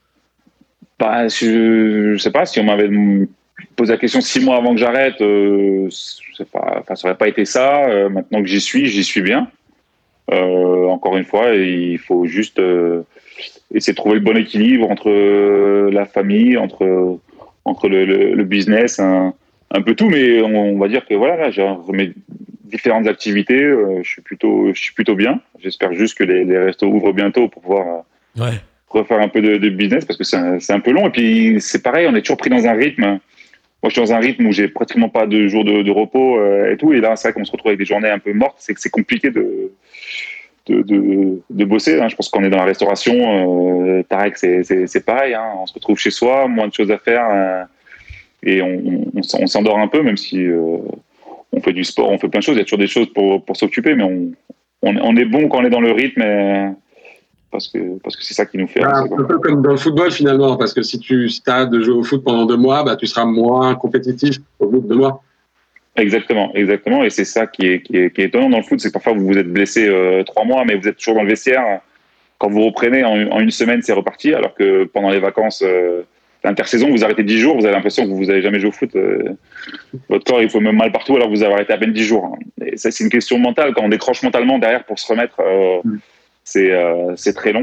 Bah, je, je sais pas, si on m'avait posé la question six mois avant que j'arrête, euh, je sais pas, enfin, ça aurait pas été ça. Euh, maintenant que j'y suis, j'y suis bien. Euh, encore une fois, il faut juste euh, essayer de trouver le bon équilibre entre euh, la famille, entre entre le, le, le business, un, un peu tout. Mais on, on va dire que voilà, là, j'ai mes différentes activités. Euh, je suis plutôt, je suis plutôt bien. J'espère juste que les, les restos ouvrent bientôt pour pouvoir euh, ouais. refaire un peu de, de business parce que c'est un, c'est un peu long. Et puis c'est pareil, on est toujours pris dans un rythme. Moi, je suis dans un rythme où j'ai pratiquement pas de jours de, de repos euh, et tout. Et là, c'est vrai qu'on se retrouve avec des journées un peu mortes. C'est que c'est compliqué de De, de, de bosser. Hein. Je pense qu'on est dans la restauration. Euh, Tarek, c'est, c'est, c'est pareil. Hein. On se retrouve chez soi, moins de choses à faire. Euh, et on, on, on s'endort un peu, même si euh, on fait du sport, on fait plein de choses. Il y a toujours des choses pour, pour s'occuper, mais on, on, on est bon quand on est dans le rythme. Et, parce que, parce que c'est ça qui nous fait. Ah, un peu comme dans le football, finalement. Parce que si tu si as de jouer au foot pendant deux mois, bah, tu seras moins compétitif au bout de deux mois. Exactement, exactement, et c'est ça qui est, qui est, qui est étonnant dans le foot, c'est que parfois vous vous êtes blessé euh, trois mois, mais vous êtes toujours dans le vestiaire. Quand vous reprenez en, en une semaine, c'est reparti, alors que pendant les vacances, euh, l'intersaison, vous arrêtez dix jours, vous avez l'impression que vous n'avez jamais joué au foot. Euh, votre corps, il faut même mal partout, alors que vous avez arrêté à peine dix jours. Et ça, c'est une question mentale. Quand on décroche mentalement derrière pour se remettre, euh, mm. c'est, euh, c'est très long.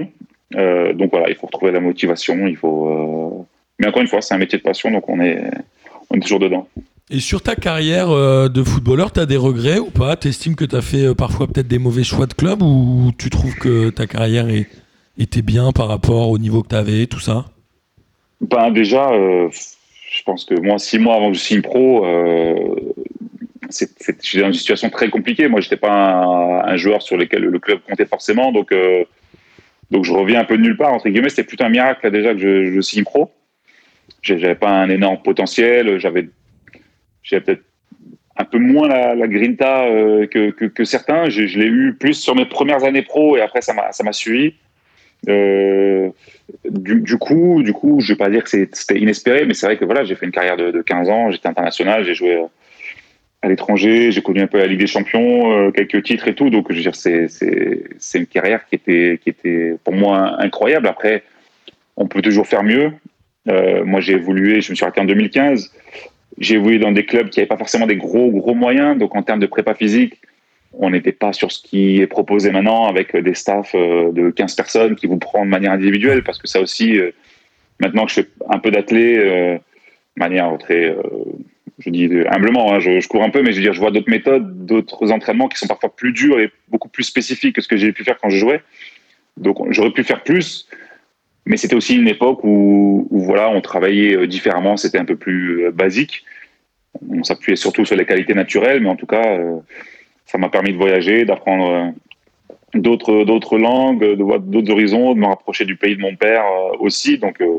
Euh, donc voilà, il faut retrouver la motivation. Il faut. Euh... Mais encore une fois, c'est un métier de passion, donc on est, on est toujours dedans. Et sur ta carrière euh, de footballeur, tu as des regrets ou pas? Tu estimes que tu as fait euh, parfois peut-être des mauvais choix de club, ou tu trouves que ta carrière est, était bien par rapport au niveau que tu avais, tout ça? Ben déjà, euh, je pense que moi, six mois avant que je signe pro, euh, c'est, c'est, j'étais dans une situation très compliquée. Moi, j'étais pas un, un joueur sur lequel le club comptait forcément, donc euh, donc je reviens un peu de nulle part entre guillemets. C'était plutôt un miracle là, déjà que je, je signe pro. J'avais pas un énorme potentiel, j'avais j'avais peut-être un peu moins la, la grinta euh, que, que, que certains. Je, je l'ai eu plus sur mes premières années pro et après ça m'a ça m'a suivi. Euh, du, du coup, du coup, je vais pas dire que c'est, c'était inespéré, mais c'est vrai que voilà, j'ai fait une carrière de, de quinze ans, j'étais international, j'ai joué à l'étranger, j'ai connu un peu la Ligue des Champions, euh, quelques titres et tout, donc je veux dire, c'est, c'est, c'est une carrière qui était, qui était pour moi incroyable. Après, on peut toujours faire mieux. Euh, moi, j'ai évolué, je me suis arrêté en deux mille quinze. J'ai évolué dans des clubs qui n'avaient pas forcément des gros, gros moyens. Donc, en termes de prépa physique, on n'était pas sur ce qui est proposé maintenant avec des staffs de quinze personnes qui vous prennent de manière individuelle. Parce que ça aussi, maintenant que je fais un peu d'athlé, de manière très, je dis humblement, hein, je, je cours un peu, mais je veux dire, je vois d'autres méthodes, d'autres entraînements qui sont parfois plus durs et beaucoup plus spécifiques que ce que j'ai pu faire quand je jouais. Donc, j'aurais pu faire plus. Mais c'était aussi une époque où, où voilà, on travaillait différemment, c'était un peu plus basique. On s'appuyait surtout sur les qualités naturelles, mais en tout cas, euh, ça m'a permis de voyager, d'apprendre euh, d'autres, d'autres langues, de voir d'autres horizons, de me rapprocher du pays de mon père euh, aussi. Donc, euh,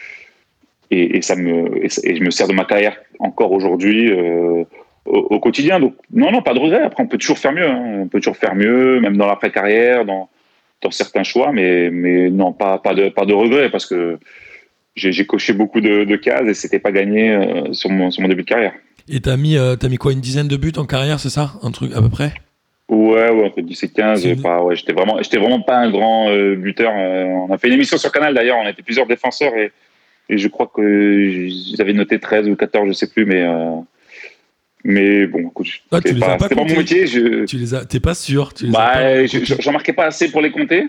et, et, ça me, et, et je me sers de ma carrière encore aujourd'hui euh, au, au quotidien. Donc, non, non, pas de regret. Après, on peut toujours faire mieux. Hein. On peut toujours faire mieux, même dans l'après-carrière, dans dans certains choix, mais, mais non, pas, pas, de, pas de regret, parce que j'ai, j'ai coché beaucoup de, de cases et c'était pas gagné euh, sur, mon, sur mon début de carrière. Et t'as mis, euh, t'as mis quoi, une dizaine de buts en carrière, c'est ça? Un truc à peu près? Ouais, ouais, entre dix et quinze. Pas, ouais, j'étais, vraiment, j'étais vraiment pas un grand euh, buteur. Euh, on a fait une émission sur Canal d'ailleurs, on était plusieurs défenseurs et, et je crois que j'avais noté treize ou quatorze, je sais plus, mais. Euh, Mais bon, écoute, ah, c'était, pas, pas, c'était pas mon métier. Je... Tu les as, t'es pas sûr tu les bah, as pas je, j'en marquais pas assez pour les compter.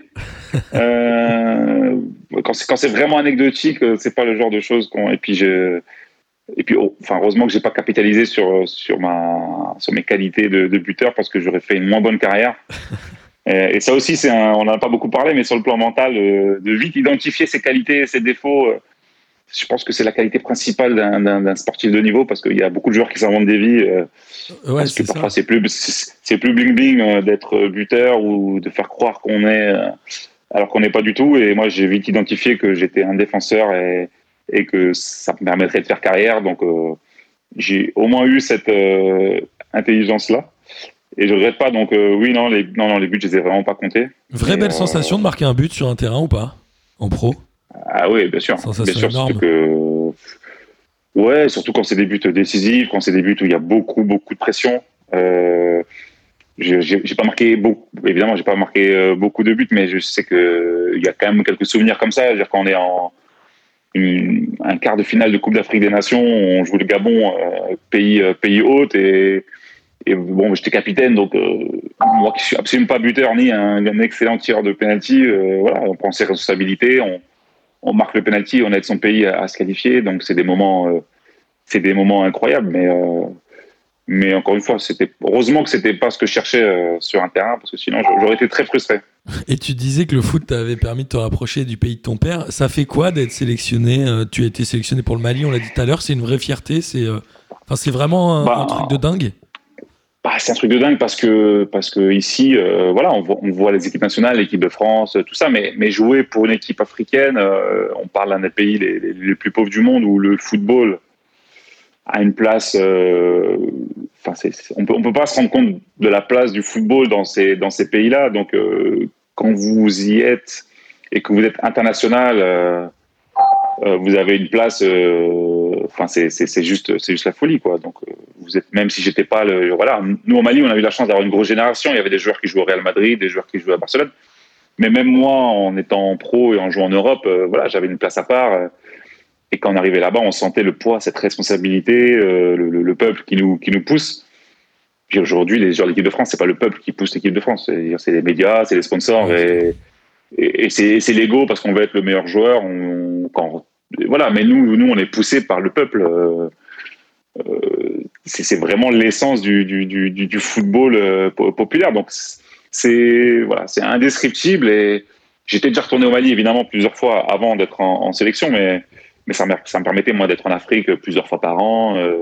euh, quand, c'est, quand c'est vraiment anecdotique, c'est pas le genre de choses qu'on. Et puis, je... Et puis oh, enfin, heureusement que j'ai pas capitalisé sur, sur, ma... sur mes qualités de, de buteur parce que j'aurais fait une moins bonne carrière. et, et ça aussi, c'est un... on n'en a pas beaucoup parlé, mais sur le plan mental, de vite identifier ses qualités et ses défauts. Je pense que c'est la qualité principale d'un, d'un, d'un sportif de niveau parce qu'il y a beaucoup de joueurs qui s'inventent des vies. Euh, ouais, parce que parfois, ça. c'est plus, c'est, c'est plus bling-bling euh, d'être buteur ou de faire croire qu'on est, euh, alors qu'on n'est pas du tout. Et moi, j'ai vite identifié que j'étais un défenseur et, et que ça me permettrait de faire carrière. Donc, euh, j'ai au moins eu cette euh, intelligence-là. Et je ne regrette pas. Donc, euh, oui, non les, non, non, les buts, je ne les ai vraiment pas comptés. Vraie et, belle euh, sensation de marquer un but sur un terrain ou pas, en pro? Ah oui, bien sûr. Sensation bien sûr, énorme. Surtout que... Ouais, surtout quand c'est des buts décisifs, quand c'est des buts où il y a beaucoup, beaucoup de pression. Euh, j'ai, j'ai, j'ai pas marqué beaucoup, évidemment, j'ai pas marqué euh, beaucoup de buts, mais je sais que il y a quand même quelques souvenirs comme ça. C'est-à-dire quand on est en une, un quart de finale de Coupe d'Afrique des Nations, on joue le Gabon, euh, pays, euh, pays hôte, et, et bon, j'étais capitaine, donc euh, moi qui suis absolument pas buteur ni un, un excellent tireur de penalty, euh, voilà, on prend ses responsabilités, on on marque le penalty, on aide son pays à, à se qualifier, donc c'est des moments, euh, c'est des moments incroyables. Mais, euh, mais encore une fois, c'était heureusement que c'était pas ce que je cherchais euh, sur un terrain, parce que sinon j'aurais été très frustré. Et tu disais que le foot t'avait permis de te rapprocher du pays de ton père. Ça fait quoi d'être sélectionné? Tu as été sélectionné pour le Mali, on l'a dit tout à l'heure. C'est une vraie fierté. C'est, euh... enfin, c'est vraiment un, bah, un truc de dingue. Bah, c'est un truc de dingue parce que parce que ici, euh, voilà, on voit, on voit les équipes nationales, l'équipe de France, tout ça, mais mais jouer pour une équipe africaine, euh, on parle d'un des pays les, les, les plus pauvres du monde où le football a une place. Euh, enfin, c'est, c'est, on peut on peut pas se rendre compte de la place du football dans ces dans ces pays-là. Donc, euh, quand vous y êtes et que vous êtes international, euh, euh, vous avez une place. Euh, Enfin, c'est, c'est, c'est juste, c'est juste la folie, quoi. Donc, euh, vous êtes, même si j'étais pas le, voilà. Nous, au Mali, on a eu la chance d'avoir une grosse génération. Il y avait des joueurs qui jouaient au Real Madrid, des joueurs qui jouaient à Barcelone. Mais même moi, en étant pro et en jouant en Europe, euh, voilà, j'avais une place à part. Euh, et quand on arrivait là-bas, on sentait le poids, cette responsabilité, euh, le, le, le peuple qui nous, qui nous pousse. Puis aujourd'hui, les joueurs de l'équipe de France, c'est pas le peuple qui pousse l'équipe de France. C'est, c'est les médias, c'est les sponsors. Et, et, et c'est, c'est l'ego parce qu'on veut être le meilleur joueur. On, quand, voilà, mais nous, nous, on est poussé par le peuple. Euh, euh, c'est, c'est vraiment l'essence du, du, du, du football euh, populaire. Donc, c'est, voilà, c'est indescriptible. Et j'étais déjà retourné au Mali, évidemment, plusieurs fois avant d'être en, en sélection, mais, mais ça, me, ça me permettait, moi, d'être en Afrique plusieurs fois par an. Euh,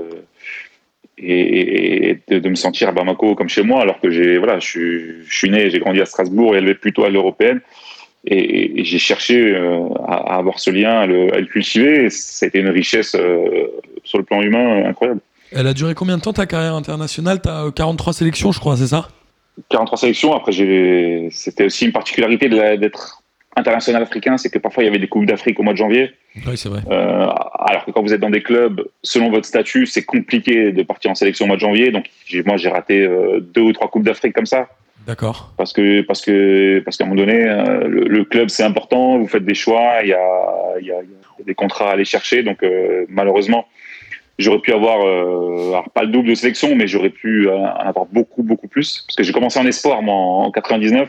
et, et de, de me sentir à Bamako comme chez moi, alors que j'ai, voilà, je suis, je suis né, j'ai grandi à Strasbourg, élevé plutôt à l'européenne, et, et j'ai cherché euh, à, à avoir ce lien, à le, à le cultiver, et ça a été une richesse euh, sur le plan humain incroyable. Elle a duré combien de temps ta carrière internationale? T'as quarante-trois sélections, je crois, c'est ça? quarante-trois sélections, après j'ai, c'était aussi une particularité de la, d'être international africain, c'est que parfois il y avait des Coupes d'Afrique au mois de janvier. Oui, c'est vrai. Euh, alors que quand vous êtes dans des clubs, selon votre statut, c'est compliqué de partir en sélection au mois de janvier. Donc j'ai, moi, j'ai raté euh, deux ou trois Coupes d'Afrique comme ça. D'accord. Parce que parce que parce qu'à un moment donné, euh, le, le club c'est important. Vous faites des choix. Il y a il y a, il y a des contrats à aller chercher. Donc euh, malheureusement, j'aurais pu avoir euh, alors pas le double de sélection, mais j'aurais pu euh, en avoir beaucoup beaucoup plus. Parce que j'ai commencé en espoir moi en, en quatre-vingt-dix-neuf.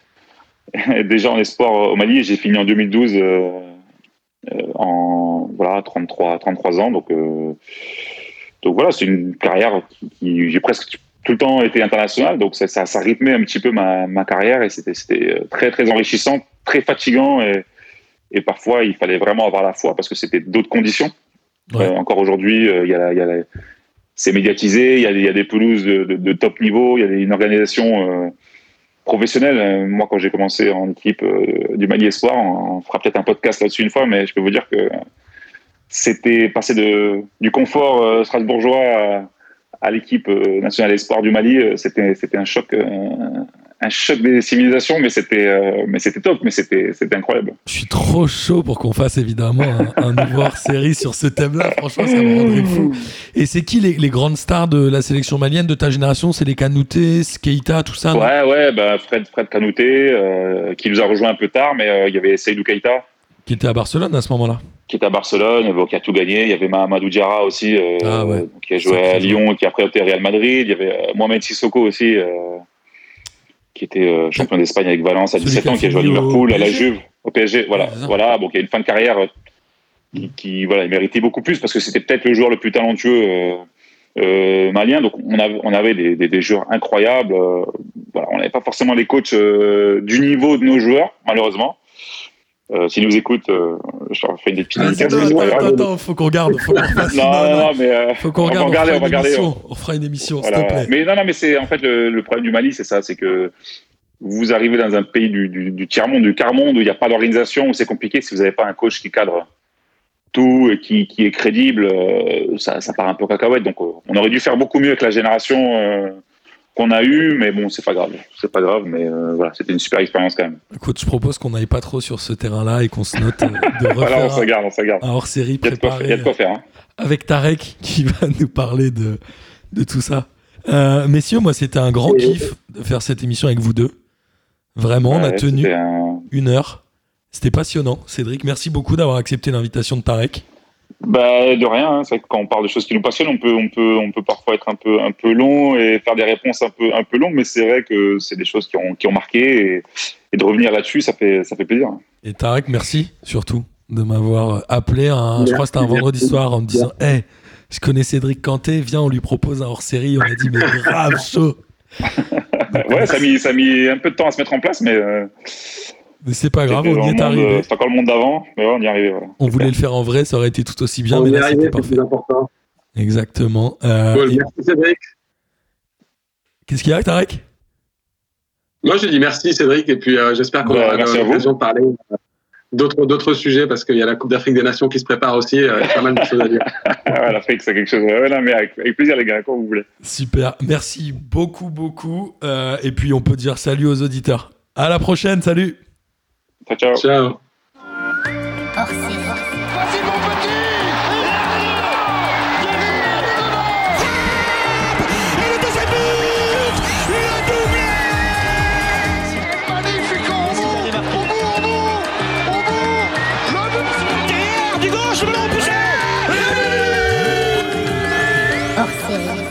Déjà en espoir au Mali, et j'ai fini en deux mille douze euh, euh, en voilà trente-trois ans. Donc euh, donc voilà, c'est une carrière qui, qui j'ai presque tout le temps été international. Donc ça, ça, ça rythmait un petit peu ma, ma carrière, et c'était, c'était très très enrichissant, très fatigant, et, et parfois il fallait vraiment avoir la foi parce que c'était d'autres conditions. Ouais. Euh, encore aujourd'hui, il euh, y a, y a la, c'est médiatisé, il y a, y a des pelouses de, de, de top niveau, il y a une organisation euh, professionnel. Moi, quand j'ai commencé en équipe euh, du Mali Espoir, on fera peut-être un podcast là-dessus une fois, mais je peux vous dire que c'était passer de, du confort euh, strasbourgeois à, à l'équipe euh, nationale Espoir du Mali, euh, c'était, c'était un choc, euh, un choc des civilisations, mais c'était, euh, mais c'était top, mais c'était, c'était incroyable. Je suis trop chaud pour qu'on fasse évidemment un, un nouveau hors-série sur ce thème-là. Franchement, ça me rendrait fou. Et c'est qui les, les grandes stars de la sélection malienne de ta génération? C'est les Kanouté, Keita, tout ça? Ouais, non ouais, bah Fred, Fred Kanouté, euh, qui nous a rejoint un peu tard, mais euh, il y avait Seydou Keita. Qui était à Barcelone à ce moment-là. Qui était à Barcelone, bon, qui a tout gagné. Il y avait Mahamadou Diarra aussi, euh, ah ouais. qui a joué à Lyon et qui a après été à Real Madrid. Il y avait euh, Mohamed Sissoko aussi, euh, qui était euh, champion d'Espagne avec Valence à dix-sept ans, qui a joué à Liverpool, à la Juve, au P S G. Voilà, voilà. Bon, il y a une fin de carrière euh, qui, qui, voilà, il méritait beaucoup plus parce que c'était peut-être le joueur le plus talentueux euh, euh, malien. Donc on avait, on avait des, des, des joueurs incroyables. Euh, voilà, on n'avait pas forcément les coachs euh, du niveau de nos joueurs, malheureusement. Euh, S'ils nous écoutent, euh, je leur ferai une petite ah, attends, attends, attends, faut qu'on regarde, faut qu'on fasse. non, non, non, mais euh, faut qu'on regarde, on, on, on, va garder, on, on fera une émission, voilà. S'il te plaît. Mais non, non, mais c'est en fait le, le problème du Mali, c'est ça, c'est que vous arrivez dans un pays du, du, du tiers-monde, du quart-monde, où il n'y a pas d'organisation, où c'est compliqué. Si vous n'avez pas un coach qui cadre tout et qui, qui est crédible, euh, ça, ça part un peu cacahuète. Donc, euh, on aurait dû faire beaucoup mieux avec la génération euh, qu'on a eue, mais bon, c'est pas grave. C'est pas grave, mais euh, voilà, c'était une super expérience quand même. Écoute, je propose qu'on n'aille pas trop sur ce terrain-là et qu'on se note de refaire voilà, on se regarde, on se regarde. un hors-série préparé. Il y a de quoi faire. Hein. Avec Tarek qui va nous parler de, de tout ça. Euh, messieurs, moi, c'était un grand kiff de faire cette émission avec vous deux. Vraiment, ouais, on a tenu un... une heure. C'était passionnant. Cédric, merci beaucoup d'avoir accepté l'invitation de Tarek. Bah, de rien. Hein. C'est vrai que quand on parle de choses qui nous passionnent, on peut, on peut, on peut parfois être un peu, un peu long et faire des réponses un peu, un peu longues, mais c'est vrai que c'est des choses qui ont, qui ont marqué et, et de revenir là-dessus, ça fait, ça fait plaisir. Et Tarek, merci surtout de m'avoir appelé. Un, je crois que c'était un vendredi soir en me disant, hé, hey, je connais Cédric Canté, viens, on lui propose un hors-série. On a dit, mais grave chaud. Donc, ouais, ça a mis, ça a mis un peu de temps à se mettre en place, mais. Euh... Mais c'est pas grave, on y est arrivé. C'est encore le monde d'avant, mais ouais, on y est arrivé. Voilà. On voulait le faire en vrai, ça aurait été tout aussi bien, on mais là, arrivé, c'était parfait. Important. Exactement. Euh, cool, et... Merci Cédric. Qu'est-ce qu'il y a, Tarek? Moi, je dis merci Cédric, et puis euh, j'espère qu'on ouais, aura l'occasion de parler euh, d'autres, d'autres sujets, parce qu'il y a la Coupe d'Afrique des Nations qui se prépare aussi, euh, il y a pas mal de choses à dire. Ouais, l'Afrique, c'est quelque chose. Ouais, non, mais avec, avec plaisir, les gars, quand vous voulez. Super, merci beaucoup, beaucoup. Euh, et puis, on peut dire salut aux auditeurs. À la prochaine, salut. Ciao, ciao. Ciao. Oh, c'est... Vas-y, mon petit. Et le deuxième but. Le doublé. C'est magnifique au bout. Au bout, au bout. Au bout. Le but. Derrière, du gauche, le ballon poussé. Oh, c'est...